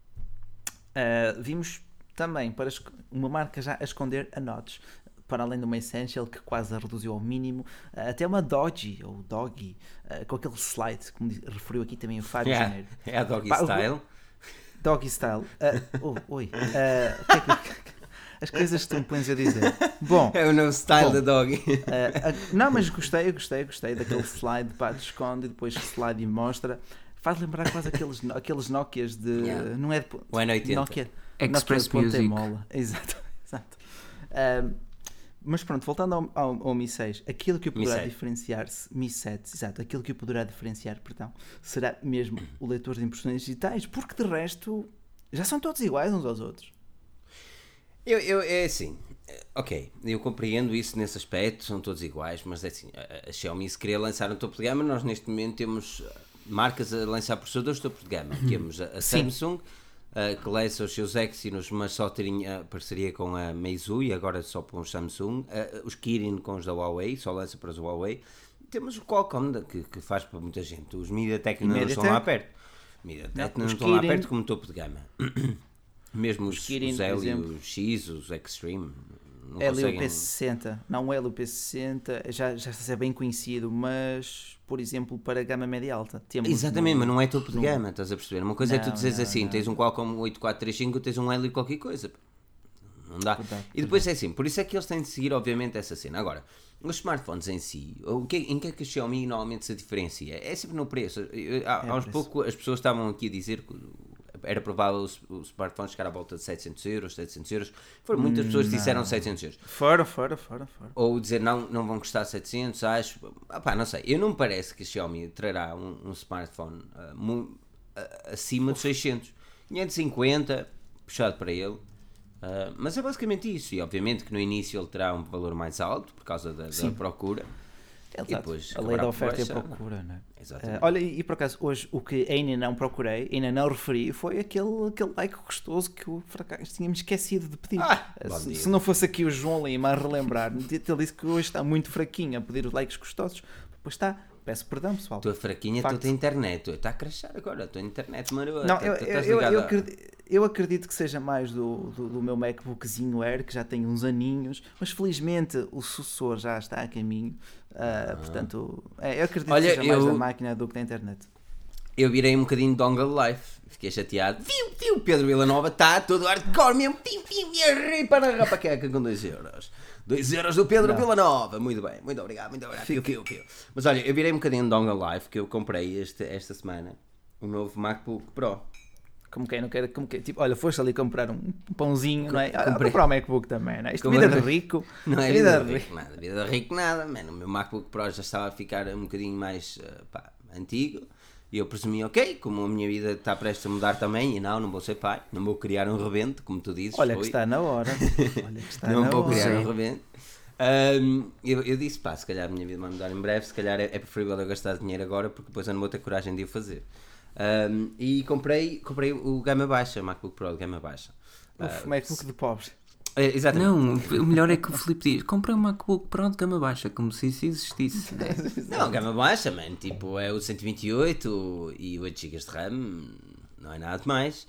vimos também para uma marca já a esconder a notch, para além de uma Essential que quase a reduziu ao mínimo, até uma Doggy, com aquele slide, como referiu aqui também o Fábio Janeiro. É a Doggy Style. Doggy Style. As coisas que tu me pões a dizer. Bom, é o novo style da Doggy. Não, mas gostei daquele slide, de esconde e depois slide e mostra. Faz lembrar quase aqueles Nokias de... Não é de... O N80. Nokia Express Music. Exato. Mas pronto, voltando ao Mi 6, aquilo que o poderá diferenciar-se, Mi 7, exato, aquilo que o poderá diferenciar, será mesmo o leitor de impressões digitais, porque de resto já são todos iguais uns aos outros. É assim, ok, eu compreendo isso nesse aspecto, são todos iguais, mas é assim, a Xiaomi se queria lançar um topo de gama, nós neste momento temos marcas a lançar processadores de topo de gama, temos a Samsung, que lança os seus Exynos, mas só teria parceria com a Meizu e agora só para os Samsung, os Kirin com os da Huawei, só lança para os Huawei, temos o Qualcomm que faz para muita gente, os MediaTek não estão lá perto, não estão lá perto como topo de gama, mesmo os Helio, os X, os Extreme, não Helio conseguem... P60. Não, o Helio P60 já está a ser bem conhecido, mas, por exemplo, para gama média alta. Temos Exatamente, mas não é topo de no- gama, estás a perceber? Uma coisa é tu Não, dizeres não, assim, não. tens um Qualcomm 8435, tens um Helio qualquer coisa. Não dá. Verdade, E depois é assim, por isso é que eles têm de seguir, obviamente, essa cena. Agora, os smartphones em si, em que é que a Xiaomi normalmente se diferencia? É sempre no preço. Há uns preço. pouco as pessoas estavam aqui a dizer que era provável o smartphone chegar à volta de 700 euros, 700 euros. Foram muitas pessoas que disseram 700 euros. Fora. Ou dizer não vão custar 700, acho. Não sei. Eu não me parece que a Xiaomi trará um smartphone acima de 600. 550, puxado para ele. Mas é basicamente isso. E obviamente que no início ele terá um valor mais alto por causa da procura. E depois A lei da acabará por oferta e a baixar. procura, não é? Exatamente. Olha, e por acaso, hoje o que ainda não procurei, ainda não referi, foi aquele like gostoso que o fracasso tínhamos esquecido de pedir. Se não fosse aqui o João Lima a relembrar, ele disse que hoje está muito fraquinho a pedir os likes gostosos. Pois está, peço perdão, pessoal. Estou fraquinha, estou a internet. Está a crashar agora, estou a internet, mano. Não, eu acredito que seja mais do meu MacBookzinho Air, que já tem uns aninhos, mas felizmente o sucessor já está a caminho. Portanto, eu acredito que seja mais da máquina do que da internet. Eu virei um bocadinho de Dongle Life, fiquei chateado. Viu, Pedro Villanova está todo hardcore mesmo. E arrepa na rapaqueca com 2 euros. 2 euros do Pedro Villanova. Muito bem, muito obrigado. Fio. Mas olha, eu virei um bocadinho de Dongle Life, que eu comprei esta semana um novo MacBook Pro. Como quem não quer, tipo, olha, foste ali comprar um pãozinho, não é? Comprar um MacBook também, não é? Isto é vida de rico. Não é vida de rico nada, vida de rico nada, mano. O meu MacBook Pro já estava a ficar um bocadinho mais antigo. E eu presumi, ok, como a minha vida está prestes a mudar também, e não vou ser pai, não vou criar um rebento, como tu dizes. Olha que está na hora. Não vou criar um rebento. Eu disse, se calhar a minha vida vai mudar em breve, se calhar é preferível eu gastar dinheiro agora, porque depois eu não vou ter coragem de o fazer. E comprei o Gama Baixa, MacBook Pro de Gama Baixa. O MacBook de pobres. Exatamente. Não, o melhor é que o Filipe diz: comprei um MacBook Pro de gama baixa, como se isso existisse. Não, gama baixa, mano, tipo, é o 128 e 8 GB de RAM, não é nada de mais.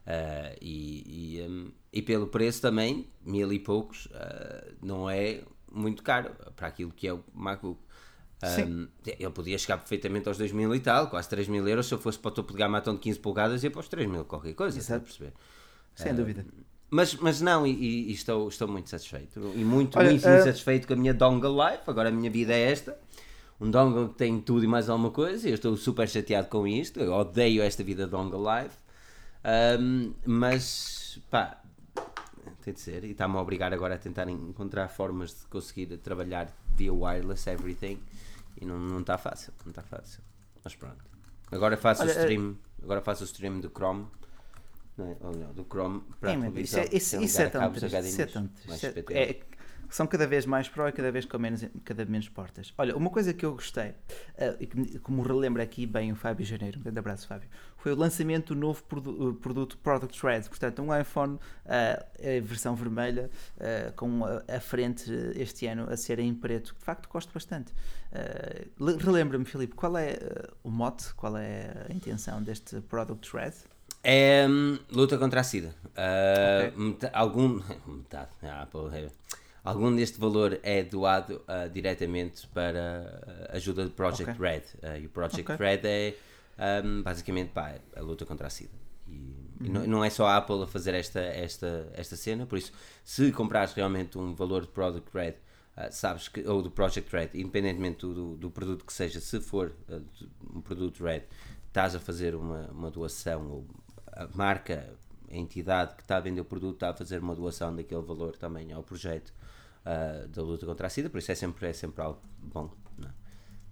E pelo preço também, 1000 e poucos, não é muito caro para aquilo que é o MacBook. Ele podia chegar perfeitamente aos 2000 e tal, quase 3000 euros. Se eu fosse para o topo de gama de 15 polegadas, ia para os 3000, qualquer coisa, está a perceber? Sem dúvida. Mas não, e estou muito satisfeito. E muito satisfeito com a minha Dongle Life. Agora a minha vida é esta. Um dongle que tem tudo e mais alguma coisa. Eu estou super chateado com isto. Eu odeio esta vida Dongle Life. Mas, tem de ser. E está-me a obrigar agora a tentar encontrar formas de conseguir trabalhar via wireless everything. E não está fácil. Não está fácil. Mas pronto. Agora faço o stream do Chrome. Não é? Do Chrome para a televisão. Isso é tão triste. São cada vez mais Pro e cada vez com cada menos portas. Olha, uma coisa que eu gostei, e como relembra aqui bem o Fábio Janeiro, um grande abraço, Fábio, foi o lançamento do novo produto Product Red. Portanto, um iPhone, versão vermelha, com a frente este ano a ser em preto, que de facto gosto bastante. Relembra-me, Filipe, qual é o mote, qual é a intenção deste Product Red? É luta contra a SIDA. Algum deste valor é doado diretamente para a ajuda do Project Red. E o Project Red é basicamente a luta contra a SIDA. E não é só a Apple a fazer esta cena, por isso, se comprares realmente um valor de Product Red, sabes que, ou do Project Red, independentemente do produto que seja, se for um produto Red, estás a fazer uma doação, ou a marca, a entidade que está a vender o produto está a fazer uma doação daquele valor também ao projeto da luta contra a SIDA, por isso é sempre algo bom, não é?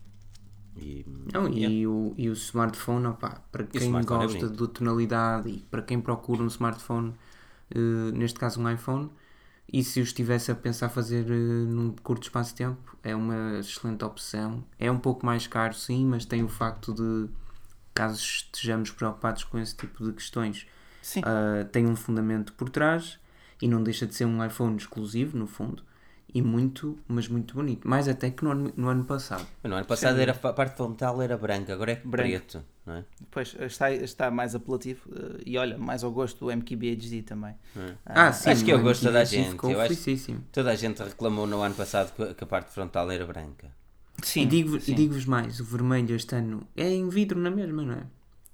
E o smartphone, para quem gosta de tonalidade e para quem procura um smartphone, neste caso um iPhone, e se o estivesse a pensar fazer num curto espaço de tempo, é uma excelente opção. É um pouco mais caro, sim, mas tem o facto de, caso estejamos preocupados com esse tipo de questões, tem um fundamento por trás e não deixa de ser um iPhone exclusivo, no fundo, e muito bonito. Mais até que no ano passado. No ano passado a parte frontal era branca, agora é preto. não é? Pois, está mais apelativo e olha, mais ao gosto do MKBHD também. Sim, acho que eu o gosto toda a MKBHD gente. ficou Eu acho que felicíssimo. toda a gente reclamou no ano passado que a parte frontal era branca. Sim, E digo-vos mais, o vermelho este ano é em vidro na mesma, não é?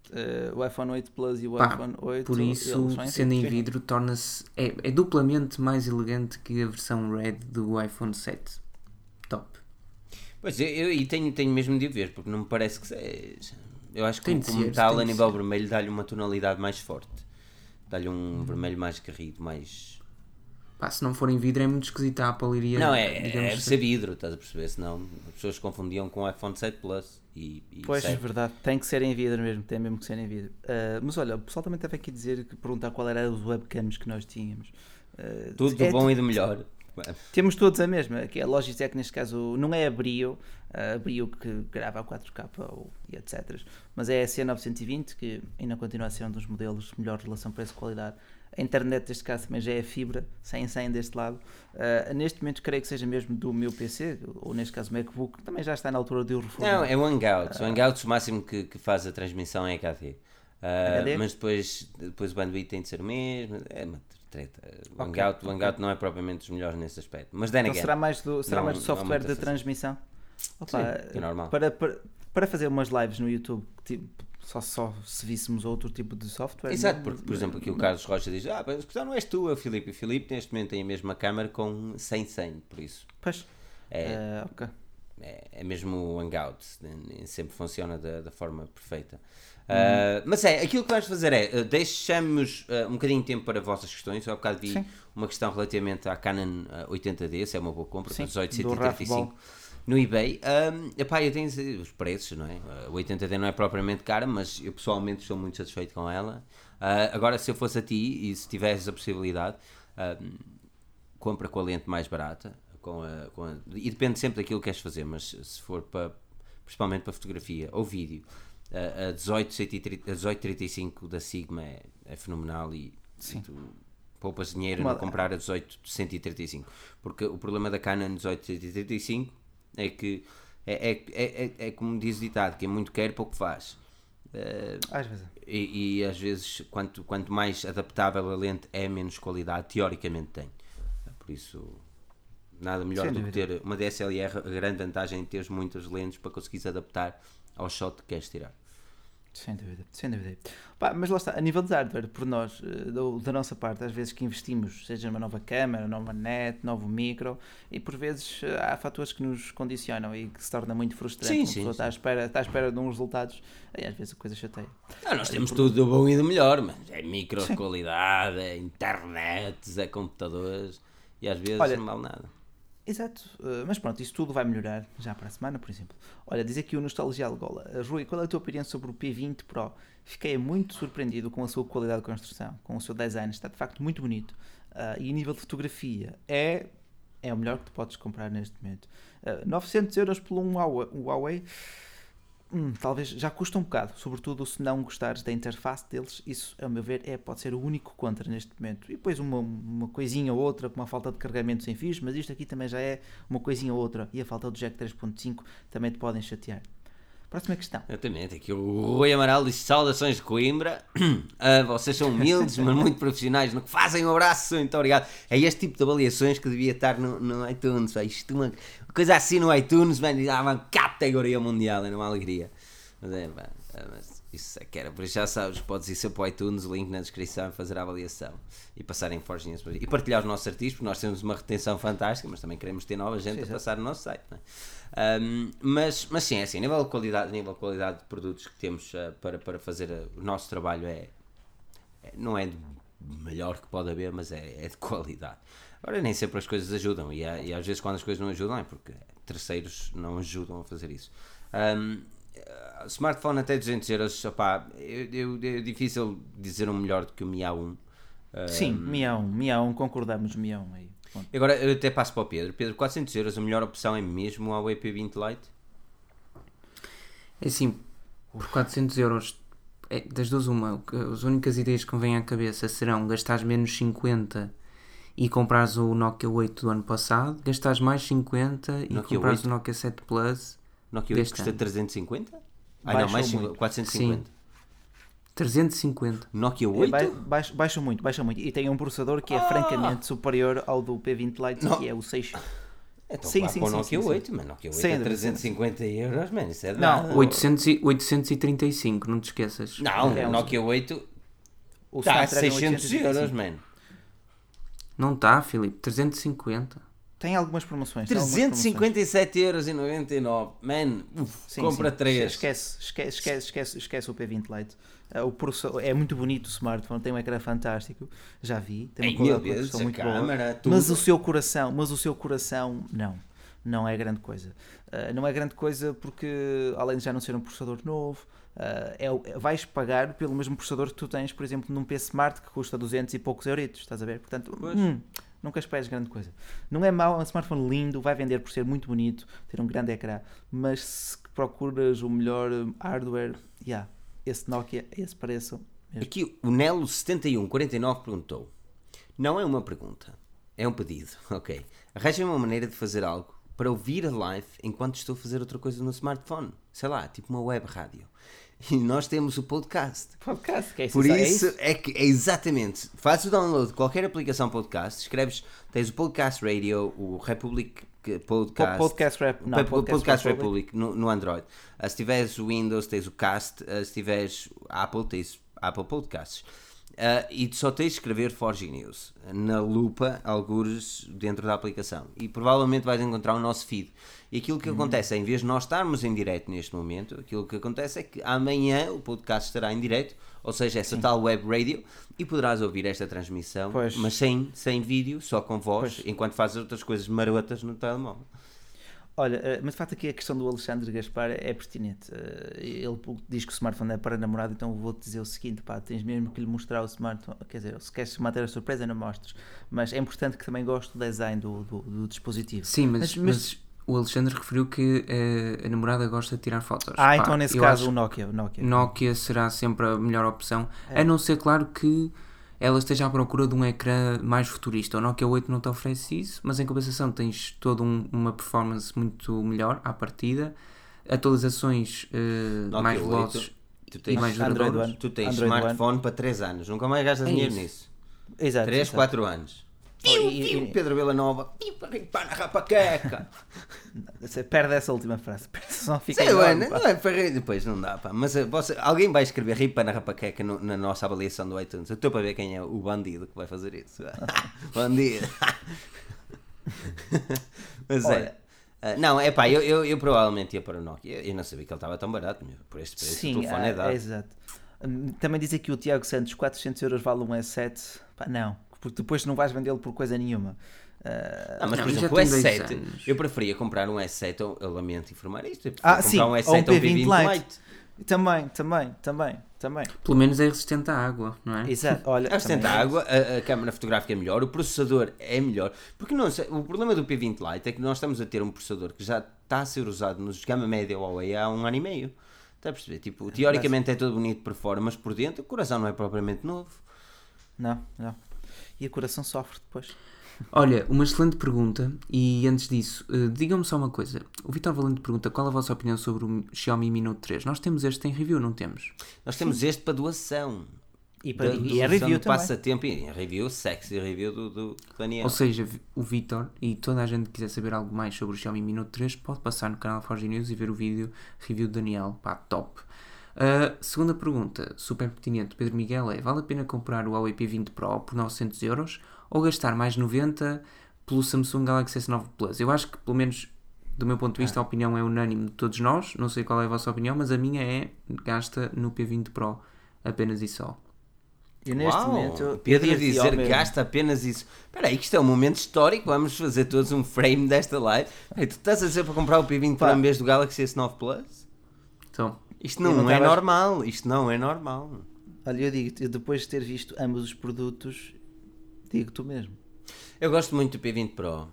O iPhone 8 Plus e o Pá, iPhone 8... por isso, sendo em vidro, torna-se... É duplamente mais elegante que a versão Red do iPhone 7. Top. Pois, eu tenho mesmo de o ver, porque não me parece que seja. Eu acho que Tem de o ser, metal tem a de nível ser. vermelho dá-lhe uma tonalidade mais forte. Dá-lhe um vermelho mais garrido, mais... Pá, se não for em vidro é muito esquisito. A Apple iria... Não, digamos, deve ser vidro, estás a perceber? Senão as pessoas confundiam com o iPhone 7 Plus e Pois, é 7. verdade, tem que ser em vidro mesmo, tem mesmo que ser em vidro. Mas olha, o pessoal também estava aqui a dizer, perguntar qual era os webcams que nós tínhamos. Tudo do bom e do melhor. Temos todos a mesma, que é a Logitech, neste caso não é a Brio que grava a 4K e etc. Mas é a C920, que ainda continua a ser um dos modelos de melhor relação preço-qualidade. A internet, neste caso, também já é fibra, sem deste lado. Neste momento, creio que seja mesmo do meu PC, ou neste caso, o MacBook, também já está na altura de o reformar. Não, é o Hangouts. O Hangouts, o máximo que faz a transmissão é HD. HD? Mas depois o bandwidth tem de ser o mesmo. É uma treta. O Hangout não é propriamente dos melhores nesse aspecto. Mas then Então again, será mais do software muito de a fazer. transmissão? Opa, Sim, é normal. Para fazer umas lives no YouTube, tipo, só se víssemos outro tipo de software. Exato, porque, por exemplo, aqui o Carlos Rocha diz: mas a questão não és tu, é o Filipe. E o Filipe neste momento tem a mesma câmara com 100, por isso. Pois. Ok. É mesmo o Hangout, nem sempre funciona da forma perfeita. Mas aquilo que vamos fazer é, deixamos um bocadinho de tempo para vossas questões. Eu há bocado vi uma questão relativamente à Canon 80D, se é uma boa compra, para 18,135 no eBay. Epá, eu tenho os preços, não é? A 80D não é propriamente cara, mas eu pessoalmente estou muito satisfeito com ela. Agora, se eu fosse a ti e se tivesses a possibilidade, compra com a lente mais barata. E depende sempre daquilo que queres fazer, mas se for principalmente para fotografia ou vídeo, a 1835 da Sigma é fenomenal e tu poupas dinheiro no comprar a 18-135, porque o problema da Canon 18-135 é que é como diz o ditado, quem muito quer pouco faz. Às vezes. E às vezes quanto mais adaptável a lente é, menos qualidade teoricamente tem. Por isso nada melhor do que ter uma DSLR. A grande vantagem é teres muitas lentes para conseguires adaptar ao shot que queres tirar. Sem dúvida, sem dúvida. Pá, mas lá está, a nível de hardware, por nós, da nossa parte, às vezes que investimos, seja numa nova câmera, nova net, novo micro, e por vezes há fatores que nos condicionam e que se torna muito frustrante. Sim. Está à espera de uns resultados, e às vezes a coisa chateia. Nós temos tudo do bom e do melhor, mas é micro de qualidade, é internet, é computadores, e às vezes não vale nada. Exato, mas pronto, isso tudo vai melhorar já para a semana, por exemplo. Olha, diz aqui o Nostalgia Algola. Rui, qual é a tua opinião sobre o P20 Pro? Fiquei muito surpreendido com a sua qualidade de construção, com o seu design, está de facto muito bonito. E a nível de fotografia, é o melhor que tu podes comprar neste momento. 900 euros por um Huawei, talvez já custa um bocado, sobretudo se não gostares da interface deles. Isso, a meu ver, pode ser o único contra neste momento. E depois uma coisinha ou outra, com uma falta de carregamento sem fios, mas isto aqui também já é uma coisinha ou outra, e a falta do jack 3.5 também te podem chatear. Próxima questão. Exatamente, aqui o Rui Amaral diz: saudações de Coimbra, vocês são humildes, mas muito profissionais no que fazem. Um abraço, muito obrigado. É este tipo de avaliações que devia estar no iTunes. Isto uma coisa assim no iTunes, uma categoria mundial, é uma alegria. Mas isso é que era, por isso já sabes, podes ir sempre para o iTunes, o link na descrição, fazer a avaliação e passar em Forginhas e partilhar os nossos artigos, porque nós temos uma retenção fantástica, mas também queremos ter nova gente a passar no nosso site, não é? Mas sim, é assim, a nível de qualidade de produtos que temos para fazer o nosso trabalho não é de melhor que pode haver, mas é de qualidade. Agora, nem sempre as coisas ajudam, e às vezes quando as coisas não ajudam é porque terceiros não ajudam a fazer isso. Smartphone até 200 euros, opá, é difícil dizer um melhor do que o Mi A1. Sim, Mi A1, concordamos, Mi A1 aí. Agora eu até passo para o Pedro. 400 euros, a melhor opção é mesmo o Huawei P20 Lite? É assim, por 400 euros, das duas uma, as únicas ideias que me vêm à cabeça serão gastares menos 50 e comprares o Nokia 8 do ano passado, gastares mais 50 e comprares o Nokia 7 Plus. Nokia 8 custa 350? não, mais muito. 450. Sim. 350. Nokia 8? Baixam muito. E tem um processador que é francamente superior ao do P20 Lite, que é o 6. Então, sim, o Nokia 8, mas Nokia 8 é 350 euros, mano, isso é de nada. 835, não te esqueças. Não, o Nokia 8 está a 600 euros, mano. Não está, Filipe, 350. Tem algumas promoções. 357,99€. Man, compra 3. Esquece o P20 Lite. O processador é muito bonito, o smartphone, tem um ecrã fantástico, já vi, tem uma qualidade muito boa, mas o seu coração não é grande coisa. Não é grande coisa porque, além de já não ser um processador novo, vais pagar pelo mesmo processador que tu tens, por exemplo, num PC Smart que custa 200 e poucos euritos, estás a ver? Portanto, nunca esperes grande coisa. Não é mau, é um smartphone lindo, vai vender por ser muito bonito, ter um grande ecrã, mas se procuras o melhor hardware, esse Nokia, esse preço mesmo. Aqui o Nelo7149 perguntou: não é uma pergunta, é um pedido, ok? Arranjem uma maneira de fazer algo para ouvir a live enquanto estou a fazer outra coisa no smartphone, sei lá, tipo uma web rádio. E nós temos o podcast. Que é por isso é que é exatamente, fazes o download de qualquer aplicação podcast, escreves, tens o Podcast Radio, o Republic Podcast, Podcast Republic no Android. Se tiveres o Windows, tens o Cast. Se tiveres Apple, tens Apple Podcasts. E só tens de escrever Forge News na lupa, algures dentro da aplicação, e provavelmente vais encontrar o nosso feed. E aquilo que acontece é, em vez de nós estarmos em direto neste momento, aquilo que acontece é que amanhã o podcast estará em direto, ou seja, essa tal web radio, e poderás ouvir esta transmissão, mas sem vídeo, só com voz, enquanto fazes outras coisas marotas no telemóvel. Olha, mas de facto aqui a questão do Alexandre Gaspar é pertinente. Ele diz que o smartphone é para namorado, então vou-te dizer o seguinte, tens mesmo que lhe mostrar o smartphone, quer dizer, se queres manter a surpresa não mostres, mas é importante que também goste do design do dispositivo. Sim, mas o Alexandre referiu que a namorada gosta de tirar fotos. Então nesse caso o Nokia. Nokia será sempre a melhor opção, a não ser, claro, que ela esteja à procura de um ecrã mais futurista. O Nokia 8 não te oferece isso, mas em compensação tens toda uma performance muito melhor à partida, atualizações mais velozes e mais duradouras. Tu tens smartphone para 3 anos, nunca mais gastas dinheiro nisso. Exato. 3, 4 anos. Pedro Villanova, pá na rapaqueca. Você perde essa última frase. Só fica depois não dá, pá. Mas alguém vai escrever ripa na rapaqueca na nossa avaliação do iTunes. Eu estou para ver quem é o bandido que vai fazer isso. Bandido. Mas não, é pá, eu provavelmente ia para o Nokia. Eu não sabia que ele estava tão barato, por este preço. Sim, o telefone é dado. Exato. Também diz aqui o Tiago Santos, 400 euros vale um S7. Não, porque depois não vais vendê-lo por coisa nenhuma. Mas por exemplo, o S7, eu preferia comprar um S7, eu lamento informar isto, comprar um S7 ou um P20 Lite. Também. Pelo menos é resistente à água, não é? Exato. Olha, é resistente à água, a câmara fotográfica é melhor, o processador é melhor, porque não sei, o problema do P20 Lite é que nós estamos a ter um processador que já está a ser usado nos gama média Huawei há 1 ano e meio. Está a perceber? Tipo, teoricamente é todo bonito por fora, mas por dentro o coração não é propriamente novo. Não. E o coração sofre depois. Olha, uma excelente pergunta. E antes disso, digam-me só uma coisa. O Vitor Valente pergunta qual a vossa opinião sobre o Xiaomi Mi Note 3. Nós temos este em review, não temos? Nós temos este para doação. E a review também. Passatempo e a review, sexy review do Daniel. Ou seja, o Vitor e toda a gente que quiser saber algo mais sobre o Xiaomi Mi Note 3 pode passar no canal Forge News e ver o vídeo review do Daniel. Top. Segunda pergunta, super pertinente, Pedro Miguel, vale a pena comprar o Huawei P20 Pro por 900 euros ou gastar mais 90 pelo Samsung Galaxy S9 Plus? Eu acho que, pelo menos do meu ponto de vista, a opinião é unânime de todos nós. Não sei qual é a vossa opinião, mas a minha é gasta no P20 Pro apenas e só. E neste momento, Pedro a dizer que gasta apenas isso. Espera aí, que isto é um momento histórico. Vamos fazer todos um frame desta live. Tu estás a dizer para comprar o P20 Pro em vez do Galaxy S9 Plus? Então, isto não é normal. Isto não é normal. Olha, eu digo, depois de ter visto ambos os produtos, digo tu mesmo. Eu gosto muito do P20 Pro,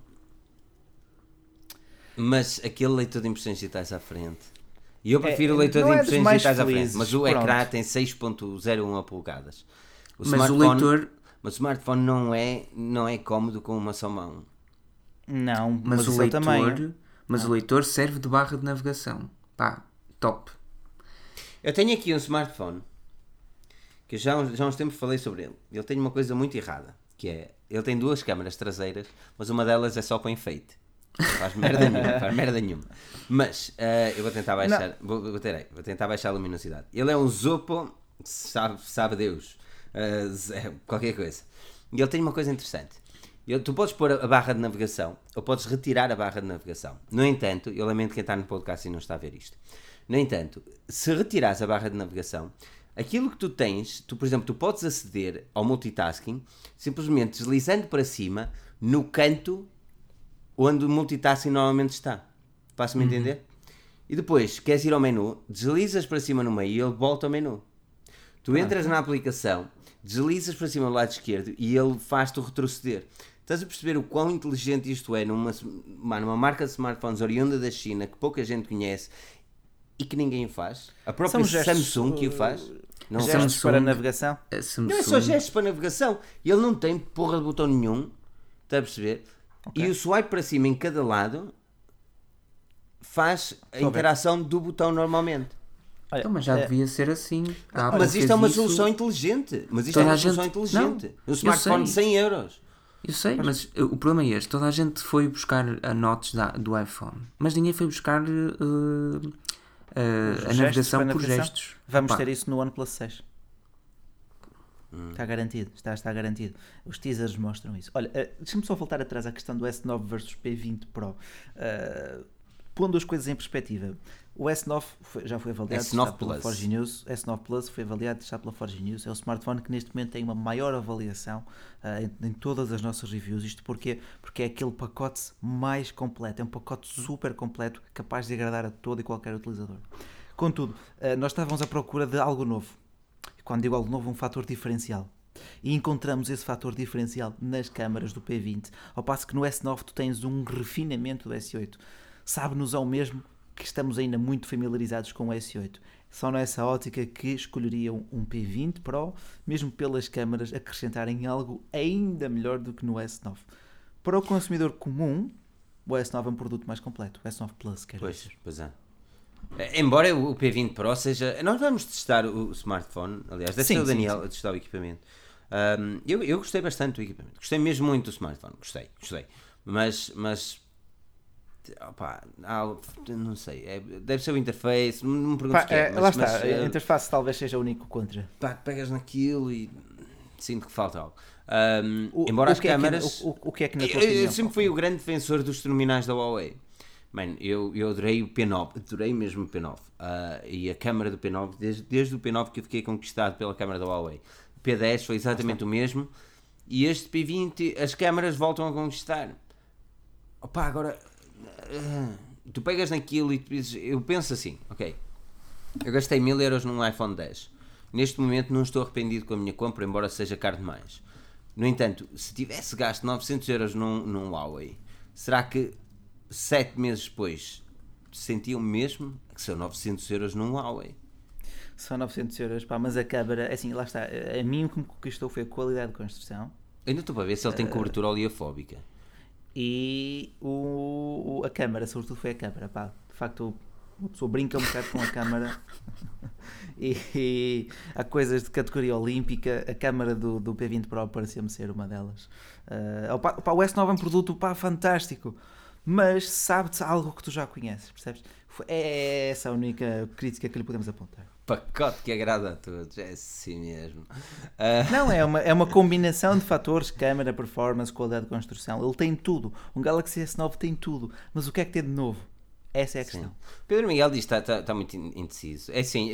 mas aquele leitor de impressões digitais à frente. E eu prefiro o leitor de impressões digitais à frente, mas o ecrã tem 6.01 polegadas. Mas o smartphone não é cómodo com uma só mão. Não, mas o leitor serve de barra de navegação. Top. Eu tenho aqui um smartphone que já há uns tempos falei sobre ele. Ele tem uma coisa muito errada, que é, ele tem 2 câmaras traseiras, mas uma delas é só para enfeite. Faz merda nenhuma. Mas eu vou tentar baixar. Vou tentar baixar a luminosidade. Ele é um Zoppo, sabe Deus. Qualquer coisa. E ele tem uma coisa interessante. Tu podes pôr a barra de navegação ou podes retirar a barra de navegação. No entanto, eu lamento quem está no podcast e não está a ver isto. No entanto, se retirares a barra de navegação, aquilo que tu tens, por exemplo, tu podes aceder ao multitasking simplesmente deslizando para cima no canto onde o multitasking normalmente está. Faço-me entender? E depois, queres ir ao menu, deslizas para cima no meio e ele volta ao menu. Tu entras na aplicação, deslizas para cima do lado esquerdo e ele faz-te retroceder. Estás a perceber o quão inteligente isto é numa marca de smartphones oriunda da China que pouca gente conhece e que ninguém o faz? A própria Samsung que o faz? Não, gestos para navegação? Não é só gestos para navegação. Ele não tem porra de botão nenhum. Estás a perceber? Okay. E o swipe para cima em cada lado faz a interação do botão normalmente. Olha, então, mas já devia ser assim. Mas isto é uma solução inteligente. Um smartphone de 100 euros. Eu sei, mas o problema é este. Toda a gente foi buscar a notes do iPhone, mas ninguém foi buscar a navegação por gestos. Vamos ter isso no OnePlus 6. Está garantido, está garantido. Os teasers mostram isso. Olha, deixa-me só voltar atrás à questão do S9 versus P20 Pro. Pondo as coisas em perspectiva, o S9 já foi avaliado pela Forge News. S9 Plus foi avaliado pela Forge News. É o smartphone que neste momento tem uma maior avaliação em todas as nossas reviews. Isto porque é aquele pacote mais completo. É um pacote super completo, capaz de agradar a todo e qualquer utilizador. Contudo, nós estávamos à procura de algo novo. Quando digo algo novo, um fator diferencial. E encontramos esse fator diferencial nas câmaras do P20. Ao passo que no S9 tu tens um refinamento do S8. Sabe-nos ao mesmo que estamos ainda muito familiarizados com o S8. Só nessa ótica que escolheriam um P20 Pro, mesmo pelas câmaras acrescentarem algo ainda melhor do que no S9. Para o consumidor comum, o S9 é um produto mais completo. O S9 Plus, quer dizer. Pois é. Embora o P20 Pro seja... Nós vamos testar o smartphone, aliás, deve ser o Daniel a testar o equipamento. Eu gostei bastante do equipamento. Gostei mesmo muito do smartphone. Gostei. Mas opa, não sei, deve ser o interface, não me perguntes o que é. Lá está, a interface talvez seja o único contra. Pegas naquilo e sinto que falta algo. Embora as câmaras... O que é que na tua opinião? Eu sempre fui o grande defensor dos terminais da Huawei. Man, eu adorei o P9, adorei mesmo o P9. E a câmara do P9, desde o P9 que eu fiquei conquistado pela câmara da Huawei. O P10 foi exatamente o mesmo. E este P20, as câmaras voltam a conquistar. Opa, agora... tu pegas naquilo e dizes, eu penso assim, ok, eu gastei 1000 euros num iPhone 10, neste momento não estou arrependido com a minha compra, embora seja caro demais. No entanto, se tivesse gasto 900 euros num Huawei, será que 7 meses depois sentiam mesmo que são 900 euros num Huawei? São 900 euros, pá, mas a câmara, assim, lá está, a mim o que me conquistou foi a qualidade de construção. Ainda estou para ver se ele tem cobertura oleofóbica. E a câmara, sobretudo foi a câmara, pá. De facto, uma pessoa brinca um bocado com a câmara e há coisas de categoria olímpica. A câmara do P20 Pro parecia-me ser uma delas. O S9 é um produto, pá, fantástico, mas sabe-te algo que tu já conheces, percebes? É essa a única crítica que lhe podemos apontar. Pacote que agrada a todos, é assim mesmo. Não, é uma combinação de fatores: câmara, performance, qualidade de construção. Ele tem tudo. Um Galaxy S9 tem tudo. Mas o que é que tem de novo? Essa é a questão. Pedro Miguel diz que está muito indeciso. É assim,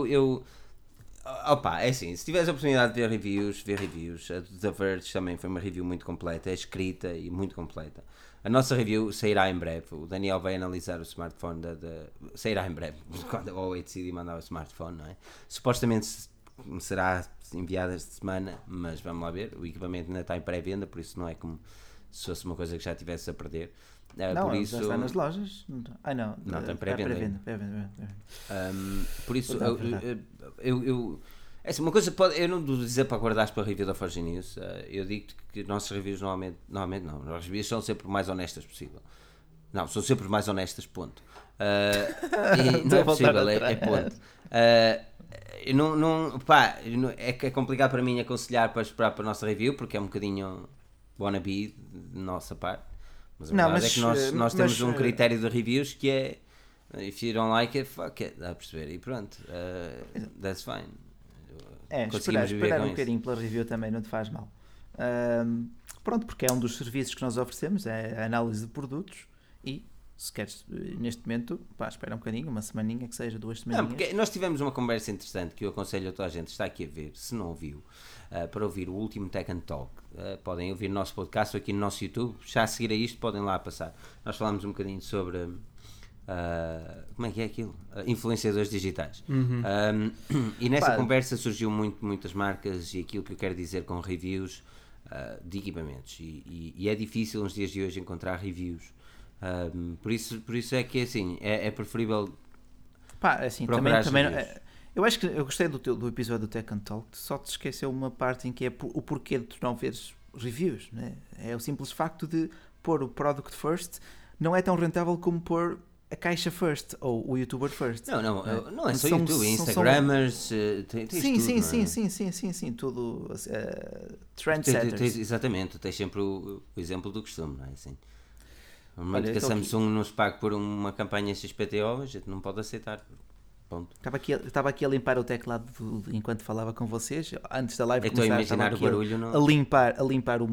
opa, é assim, se tiveres a oportunidade de ver reviews. A The Verge também foi uma review muito completa, é escrita e muito completa. A nossa review sairá em breve. O Daniel vai analisar o smartphone sairá em breve, quando a Huawei decidir mandar o smartphone, não é? Supostamente será enviado esta semana, mas vamos lá ver. O equipamento ainda está em pré-venda, por isso não é como se fosse uma coisa que já estivesse a perder. Não, por isso, já está nas lojas. Não, tem pré-venda. Por isso, é assim, uma coisa pode, eu não vou dizer para guardares para a review da Forge News. Eu digo que nossas reviews normalmente não, as reviews são sempre o mais honestas possível. Não, são sempre os mais honestas, ponto. E não é possível, é ponto. É complicado para mim aconselhar para esperar para a nossa review, porque é um bocadinho wannabe de nossa parte. Mas a verdade é que nós temos um critério de reviews que é if you don't like it, fuck it, dá a perceber, e pronto, that's fine. Esperar um bocadinho pela review também não te faz mal. Pronto, porque é um dos serviços que nós oferecemos, é a análise de produtos, e se queres neste momento, espera um bocadinho, uma semaninha, que seja 2 semaninhas. Não, porque nós tivemos uma conversa interessante que eu aconselho a toda a gente, está aqui a ver, se não ouviu, para ouvir o último Tech and Talk. Podem ouvir o nosso podcast aqui no nosso YouTube, já a seguir a isto podem lá passar. Nós falámos um bocadinho sobre como é que é aquilo? Influenciadores digitais. E nessa conversa surgiu muitas marcas, e aquilo que eu quero dizer com reviews de equipamentos, e é difícil nos dias de hoje encontrar reviews. Por isso é que assim, é preferível assim, também eu acho que eu gostei do episódio do Tech and Talk, só te esqueceu uma parte em que é o porquê de tu não veres reviews, né? É o simples facto de pôr o product first não é tão rentável como pôr a caixa first ou o youtuber first. Não é só YouTube, Instagramers, tem sim, tudo trendsetters. Exatamente, tens sempre o exemplo do costume, não é assim? No momento que a Samsung nos pague por uma campanha XPTO, a gente não pode aceitar. Ponto. Estava aqui a limpar o teclado enquanto falava com vocês, antes da live começar. Estou a imaginar o barulho. A limpar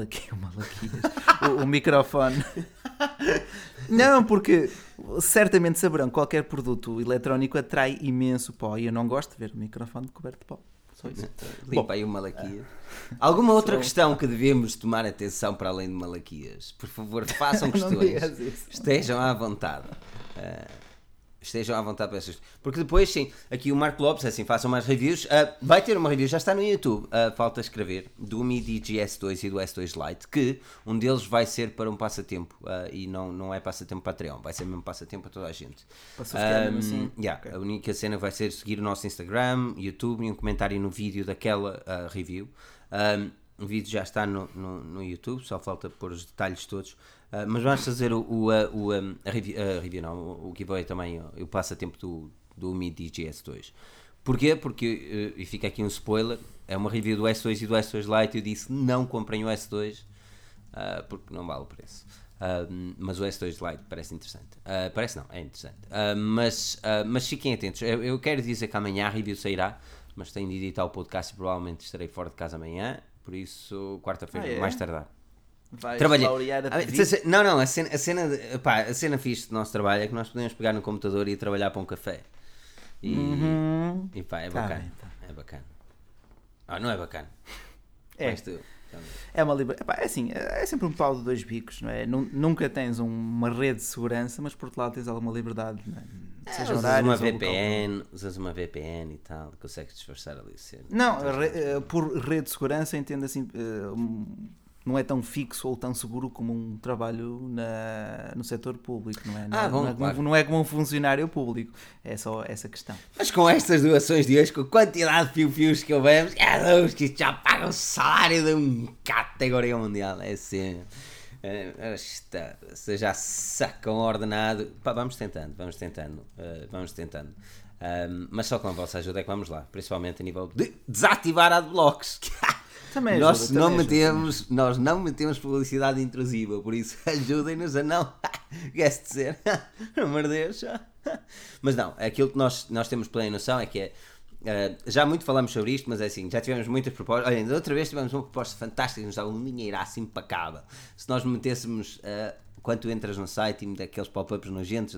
o microfone. Não, porque certamente saberão, qualquer produto eletrónico atrai imenso pó, e eu não gosto de ver o microfone coberto de pó. Só isso. Limpa aí o Malaquias. Alguma outra questão que devemos tomar atenção para além de Malaquias? Por favor, façam questões. Estejam à vontade. Estejam à vontade para essas. Porque depois, sim, aqui o Marco Lopes, assim, façam mais reviews. Vai ter uma review, já está no YouTube. Falta escrever, do Mi Digi S2 e do S2 Lite, que um deles vai ser para um passatempo. E não é passatempo Patreon, vai ser mesmo passatempo para toda a gente. Assim. Okay. A única cena vai ser seguir o nosso Instagram, YouTube e um comentário no vídeo daquela review. O vídeo já está no YouTube, só falta pôr os detalhes todos. Mas vamos fazer a review, não, o giveaway também, o passatempo do Mi Digi S2. Porquê? Porque, e fica aqui um spoiler, é uma review do S2 e do S2 Lite. Eu disse não comprem o S2 porque não vale o preço. Mas o S2 Lite parece interessante. Parece não, é interessante. Mas fiquem atentos. Eu quero dizer que amanhã a review sairá, mas tenho de editar o podcast e provavelmente estarei fora de casa amanhã. Por isso, quarta-feira, mais tardar. Vais laurear a TV? Não, a cena fixe do nosso trabalho é que nós podemos pegar no computador e ir trabalhar para um café. E pá, é bacana. É bacana. Não é bacana. É uma liberdade. É assim, é sempre um pau de dois bicos, não é? Nunca tens uma rede de segurança, mas por outro lado tens alguma liberdade, não é? Seja horários, usas uma VPN e tal, consegues disfarçar ali. Não, por rede de segurança entendo assim, não é tão fixo ou tão seguro como um trabalho no setor público, não é? Não é como um funcionário público, é só essa questão. Mas com estas doações de hoje, com a quantidade de fio-fios que houvemos, que isto já paga o salário de um categoria mundial, é assim. Se já sacam ordenado, vamos tentando, mas só com a vossa ajuda é que vamos lá, principalmente a nível de desativar adblocks. Nós não metemos publicidade intrusiva, por isso ajudem-nos a não dizer, pelo amor de Deus. Mas não, aquilo que nós temos plena noção é que já muito falamos sobre isto, mas é assim, já tivemos muitas propostas. Olha, da outra vez tivemos uma proposta fantástica que nos dava um dinheiraço impecável. Se nós metêssemos, quando tu entras no site e daqueles pop-ups nojentos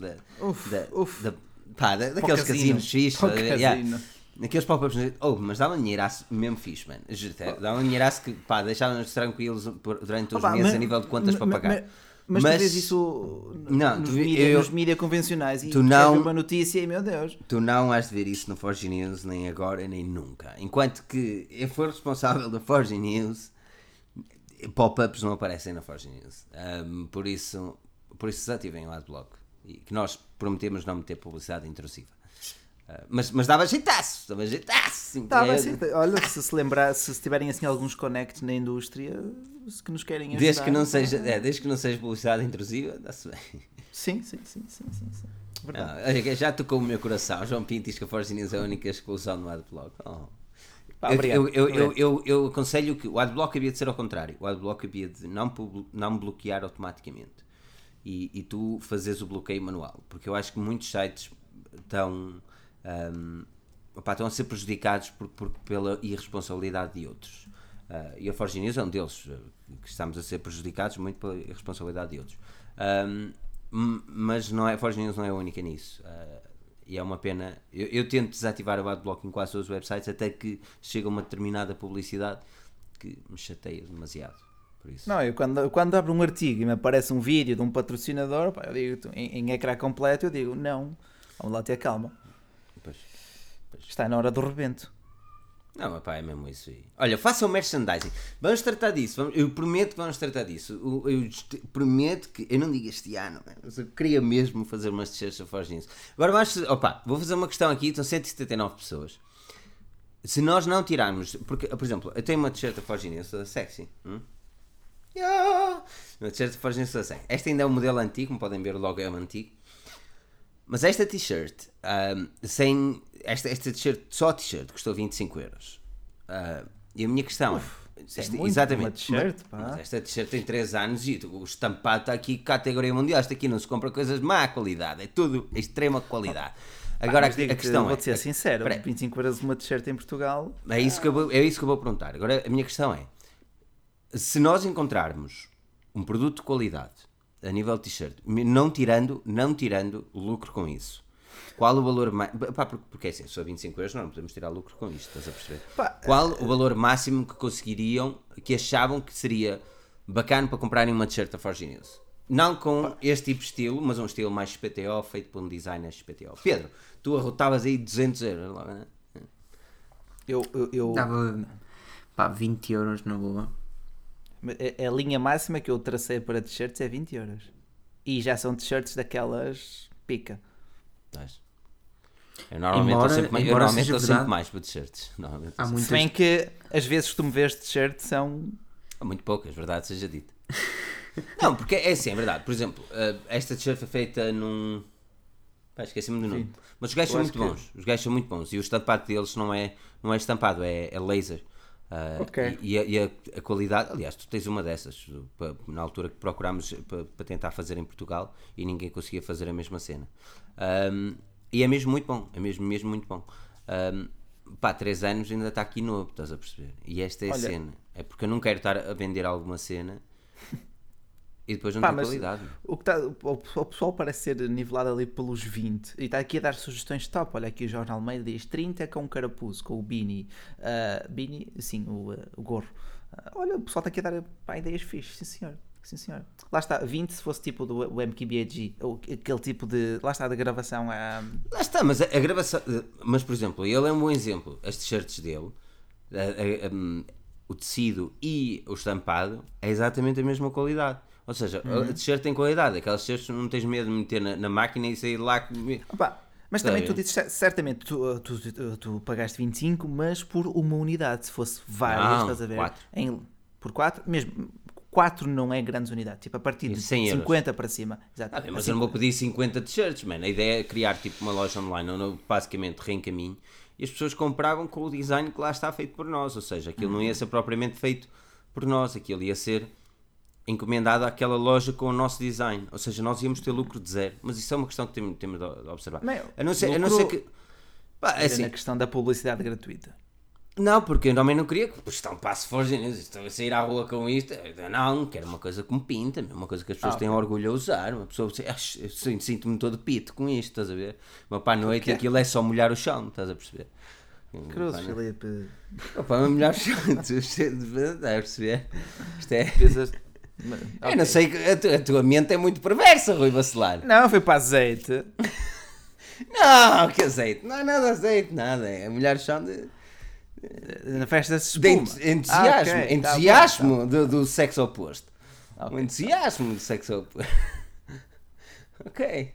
daqueles casinos fixos, aqueles pop-ups, mas dava um dinheiraço mesmo fixe, mano. Dava um dinheiraço que deixava-nos tranquilos durante os meses a nível de contas para pagar. Mas tu vês isso nos mídias convencionais e tu não uma notícia e meu Deus. Tu não has de ver isso no Forge News, nem agora nem nunca. Enquanto que eu for responsável da Forge News, pop-ups não aparecem na Forge News. Por isso desativem o adblock. E que nós prometemos não meter publicidade intrusiva. Mas dava jeitaço. Olha, se tiverem assim alguns connects na indústria que nos querem ajudar. Desde que não seja publicidade intrusiva, dá-se bem. Sim. Verdade. Já tocou o meu coração. João Pinto diz que a Forge News é a única exclusão no Adblock. Obrigado. Eu aconselho que o Adblock havia de ser ao contrário. O Adblock havia de não bloquear automaticamente e tu fazes o bloqueio manual, porque eu acho que muitos sites estão a ser prejudicados pela irresponsabilidade de outros, e a Forge News é um deles, que estamos a ser prejudicados muito pela irresponsabilidade de outros, mas não é, a Forge News não é a única nisso. E é uma pena. Eu tento desativar o Adblock em quase todos os websites até que chega uma determinada publicidade que me chateia demasiado. Por isso. Não, eu quando abro um artigo e me aparece um vídeo de um patrocinador, eu digo em ecrã completo, eu digo não, vamos lá ter calma. Pois. Está na hora do rebento. Não, é mesmo isso aí. Olha, façam merchandising. Vamos tratar disso. Eu prometo que vamos tratar disso. Eu prometo que... Eu não digo este ano, mas eu queria mesmo fazer umas t-shirts a Forge News. Agora vou fazer uma questão aqui. Estão 179 pessoas. Se nós não tirarmos... Porque, por exemplo, eu tenho uma t-shirt a Forge News toda sexy. Uma t-shirt a Forge News toda sexy. Esta ainda é um modelo antigo. Como podem ver, o logo é um antigo. Mas esta t-shirt, esta t-shirt, só a t-shirt, custou 25€. E a minha questão é... Exatamente. Uma t-shirt, mas esta t-shirt tem 3 anos e o estampado está aqui, categoria mundial. Isto aqui não se compra coisas de má qualidade, é tudo extrema qualidade. Agora a questão vou-te ser sincero, 25€ uma t-shirt em Portugal... É isso que eu vou perguntar. Agora a minha questão é, se nós encontrarmos um produto de qualidade a nível de t-shirt, não tirando lucro com isso, qual o valor mais... Porque é assim, só 25€, não podemos tirar lucro com isto, estás a perceber? Qual o valor máximo que conseguiriam, que achavam que seria bacana para comprarem uma t-shirt da Forge News? Não com este tipo de estilo, mas um estilo mais XPTO, feito por um designer XPTO. Pedro, tu arrotavas aí 200€, não é? Eu... Dava 20€ na boa. A linha máxima que eu tracei para t-shirts é 20€. E já são t-shirts daquelas pica. Eu normalmente estou sempre mais para t-shirts. Se bem que às vezes costumo ver as t-shirts são... Muito poucas, verdade seja dita. Não, porque é assim, é verdade. Por exemplo, esta t-shirt foi feita num... esqueci-me do nome. Mas os gajos são muito bons. Os gajos são muito bons. E o estampado deles não é estampado, é laser. E a qualidade, aliás, tu tens uma dessas na altura que procurámos para tentar fazer em Portugal e ninguém conseguia fazer a mesma cena, e é mesmo muito bom, é mesmo muito bom. 3 anos ainda está aqui novo, estás a perceber? E esta é a cena, é porque eu não quero estar a vender alguma cena e depois não tem qualidade. O pessoal parece ser nivelado ali pelos 20 e está aqui a dar sugestões top. Olha aqui o Jorge Almeida diz 30 com o carapuço, com o beanie. Beanie, sim, o gorro. Olha, o pessoal está aqui a dar ideias fixes, sim senhor. Lá está, 20 se fosse tipo do MKBHD, ou aquele tipo de... Lá está, da gravação. Lá está, mas a gravação... Mas, por exemplo, ele é um bom exemplo. As t-shirts dele... o tecido e o estampado é exatamente a mesma qualidade. Ou seja, a t-shirt tem qualidade. Aquelas t-shirts não tens medo de meter na máquina e sair lá... Mas também tu dizes, certamente, tu pagaste 25, mas por uma unidade. Se fosse várias, estás a ver? 4. Por 4, mesmo... 4 não é grandes unidades, tipo a partir de 50 para cima. Exato. Mas eu não vou pedir 50 t-shirts, mano. A ideia é criar tipo uma loja online onde eu basicamente reencaminho e as pessoas compravam com o design que lá está feito por nós. Ou seja, aquilo não ia ser propriamente feito por nós, aquilo ia ser encomendado àquela loja com o nosso design. Ou seja, nós íamos ter lucro de zero. Mas isso é uma questão que temos de observar. A não ser que... assim, na questão da publicidade gratuita. Não, porque eu também não queria que estão passo Forge News, estou a sair à rua com isto. Não, quero uma coisa que me pinta, uma coisa que as pessoas tenham orgulho a usar. Uma pessoa, eu sinto-me todo pito com isto, estás a ver? Mas para a noite aquilo é só molhar o chão, estás a perceber? Cruz, Filipe. Para molhar o chão, estás a perceber? Isto é... Eu não sei, a tua mente é muito perversa, Rui Bacelar. Não, foi para azeite. Não, que azeite? Não é nada azeite, nada. É molhar o chão de... Na festa de espuma. Entusiasmo do sexo oposto. Um entusiasmo do sexo oposto. Ok.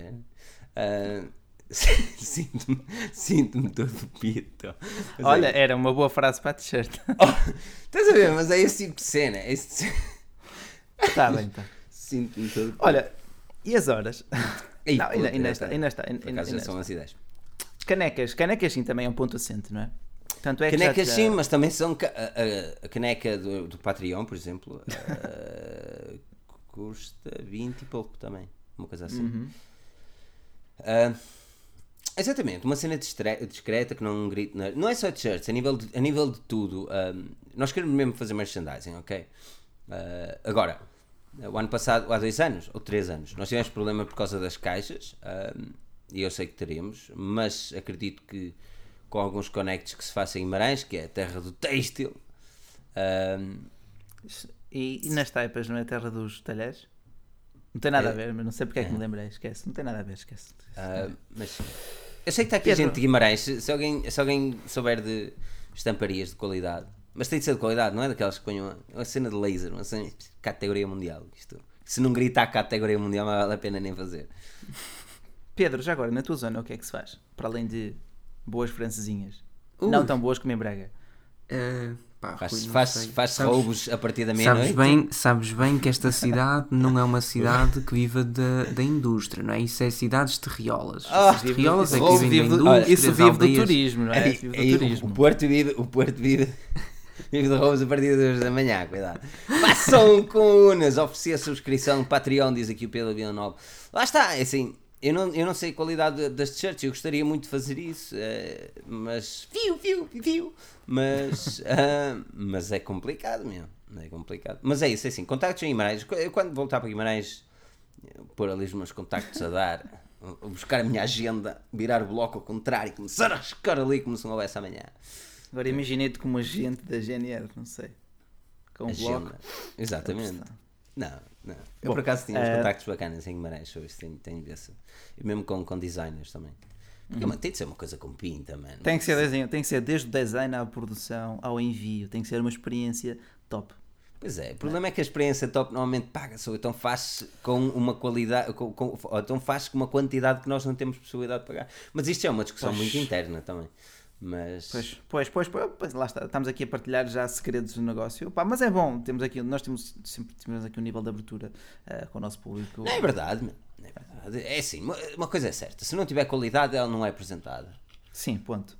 Sinto-me todo pito. Olha, era uma boa frase para a t-shirt. Estás a ver? Mas é esse tipo de cena. Está bem, tá. Sinto-me todo pito. Olha, E as horas? Ei, Não, puta, ainda está. Por acaso já são as ideias. Canecas sim também é um ponto assente, não é? Tanto é que Canecas sim, mas também são a caneca do Patreon, por exemplo, custa 20 e pouco também, uma coisa assim. Exatamente, uma cena discreta que não grite, não é só de shirts, a nível de tudo. Nós queremos mesmo fazer merchandising, ok? Agora, o ano passado, há 2 anos ou 3 anos, nós tivemos problema por causa das caixas, e eu sei que teremos, mas acredito que com alguns connects que se façam em Guimarães, que é a terra do têxtil. E nas taipas, não é a terra dos talheres? Não tem nada a ver, mas não sei porque é que me lembrei, esquece. Não tem nada a ver, esquece. Mas eu sei que está aqui Pedro. gente de Guimarães, se alguém souber de estamparias de qualidade, mas tem de ser de qualidade, não é daquelas que ponham uma cena de laser, uma cena de categoria mundial. Isto, se não gritar categoria mundial, não vale a pena nem fazer. Pedro, já agora, na tua zona, o que é que se faz? Para além de boas francesinhas. Não tão boas como em Braga. Faz roubos a partir da meia-noite. Sabes bem que esta cidade não é uma cidade que viva da indústria, não é? Isso é cidades terriolas. As terriolas é que vivem da indústria. Isso vive do turismo, não é? Vive do turismo. O Porto vive de roubos a partir das 2 da manhã, cuidado. Façam com unas, oferecer a subscrição Patreon, diz aqui o Pedro Villanova. Lá está, é assim. Eu não sei a qualidade das t-shirts, eu gostaria muito de fazer isso, mas mas é complicado mesmo, é complicado. Mas é isso, é assim, contactos em Guimarães, eu, quando voltar para Guimarães, pôr ali os meus contactos a dar, buscar a minha agenda, virar o bloco ao contrário, começar a rascar ali como se não houvesse amanhã. Agora imaginei-te como agente da GNR, não sei, com um bloco. Exatamente. Não. Eu por acaso tinha uns contactos bacanas em Guimarães, sobre isso tenho de ver se. E mesmo com designers também. Porque tem de ser uma coisa com pinta, mano. Tem que ser desde o design à produção, ao envio, tem que ser uma experiência top. Pois é, o problema é que a experiência top normalmente paga-se, ou então faz com uma qualidade, ou então faz com uma quantidade que nós não temos possibilidade de pagar. Mas isto é uma discussão muito interna também. Mas... Pois, lá está, estamos aqui a partilhar já segredos do negócio. Pá, mas é bom, nós sempre tivemos aqui um nível de abertura com o nosso público. Não é verdade, não é verdade. É assim, uma coisa é certa, se não tiver qualidade ela não é apresentada. Sim, ponto.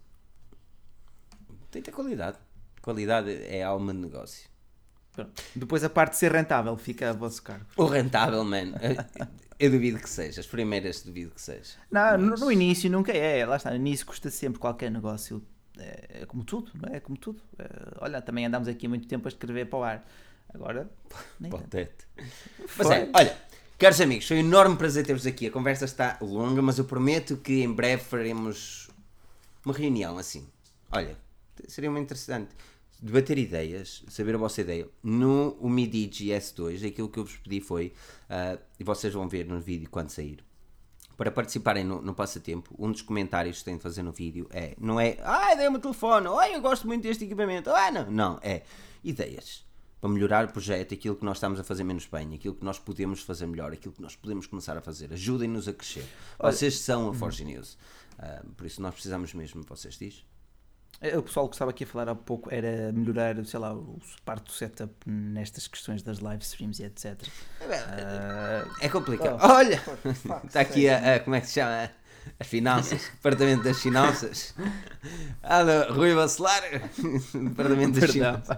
Tem que ter qualidade. Qualidade é alma de negócio. Depois a parte de ser rentável fica a vosso cargo. O rentável, mano, eu duvido que seja. As primeiras duvido que seja. Não, mas... no início nunca é. Lá está, no início custa sempre qualquer negócio. É como tudo, não é? É como tudo. Olha, também andámos aqui há muito tempo a escrever para o ar. Agora, nem para o teto. Mas olha, caros amigos, foi um enorme prazer ter-vos aqui. A conversa está longa, mas eu prometo que em breve faremos uma reunião assim. Olha, seria muito interessante. Debater ideias, saber a vossa ideia. No Umidigi S2, aquilo que eu vos pedi foi, e vocês vão ver no vídeo quando sair, para participarem no passatempo, um dos comentários que têm de fazer no vídeo não é, dei-me o telefone, eu gosto muito deste equipamento, não, é ideias para melhorar o projeto, aquilo que nós estamos a fazer menos bem, aquilo que nós podemos fazer melhor, aquilo que nós podemos começar a fazer. Ajudem-nos a crescer. Vocês são a Forge News, por isso nós precisamos mesmo de vocês, diz? O pessoal que estava aqui a falar há pouco era melhorar, sei lá, o parte do setup nestas questões das live streams e etc. É complicado. Olha, está aqui como é que se chama? As finanças, departamento das finanças. Rui Bacelar, departamento das finanças.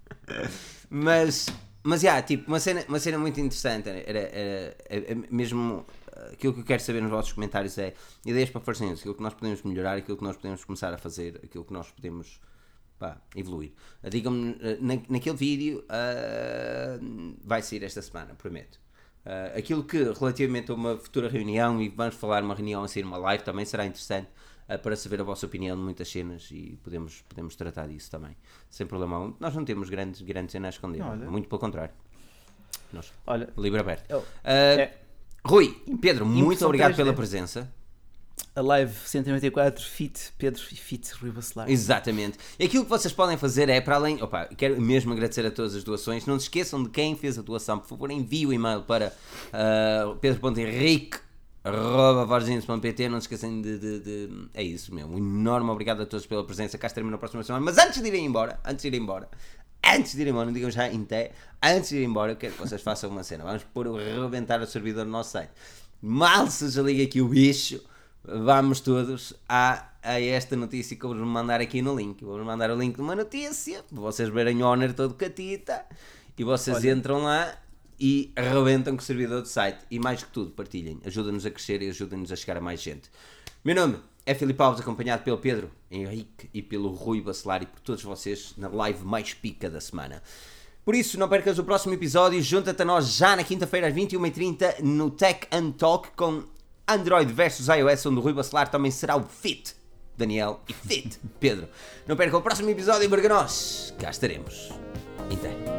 Mas tipo, uma cena muito interessante era mesmo. Aquilo que eu quero saber nos vossos comentários é ideias para Forge News, aquilo que nós podemos melhorar, aquilo que nós podemos começar a fazer, aquilo que nós podemos evoluir. Digam-me, naquele vídeo vai sair esta semana, prometo. Aquilo que relativamente a uma futura reunião, e vamos falar uma reunião a sair uma live, também será interessante para saber a vossa opinião de muitas cenas e podemos tratar disso também, sem problema algum. Nós não temos grandes cenas a esconder, muito pelo contrário. Nós, livre aberto. Rui, Pedro, muito obrigado pela presença. A live 194, Fit Pedro e Fit Rui Bacelar. Exatamente. E aquilo que vocês podem fazer é, para além... quero mesmo agradecer a todas as doações. Não se esqueçam de quem fez a doação. Por favor, envie o e-mail para pedro.henrique@forgenews.pt. Não se esqueçam de... É isso mesmo. Um enorme obrigado a todos pela presença. Cá estaremos na próxima semana. Mas antes de irem embora, antes de ir embora, não digam já em té, antes de ir embora, eu quero que vocês façam uma cena. Vamos pôr o rebentar o servidor no nosso site. Mal se desliga aqui o bicho, vamos todos a esta notícia que eu vou mandar aqui no link. Vou mandar o link de uma notícia, para vocês verem o owner todo catita, e vocês entram lá e arrebentam com o servidor do site. E mais que tudo, partilhem, ajuda-nos a crescer e ajuda-nos a chegar a mais gente. Meu nome é Filipe Alves, acompanhado pelo Pedro Henrique e pelo Rui Bacelar, e por todos vocês na live mais pica da semana. Por isso, não percas o próximo episódio, junta-te a nós já na quinta-feira às 21h30 no Tech and Talk com Android versus iOS, onde o Rui Bacelar também será o Fit Daniel e Fit Pedro. Não percam o próximo episódio, porque nós cá estaremos. Então.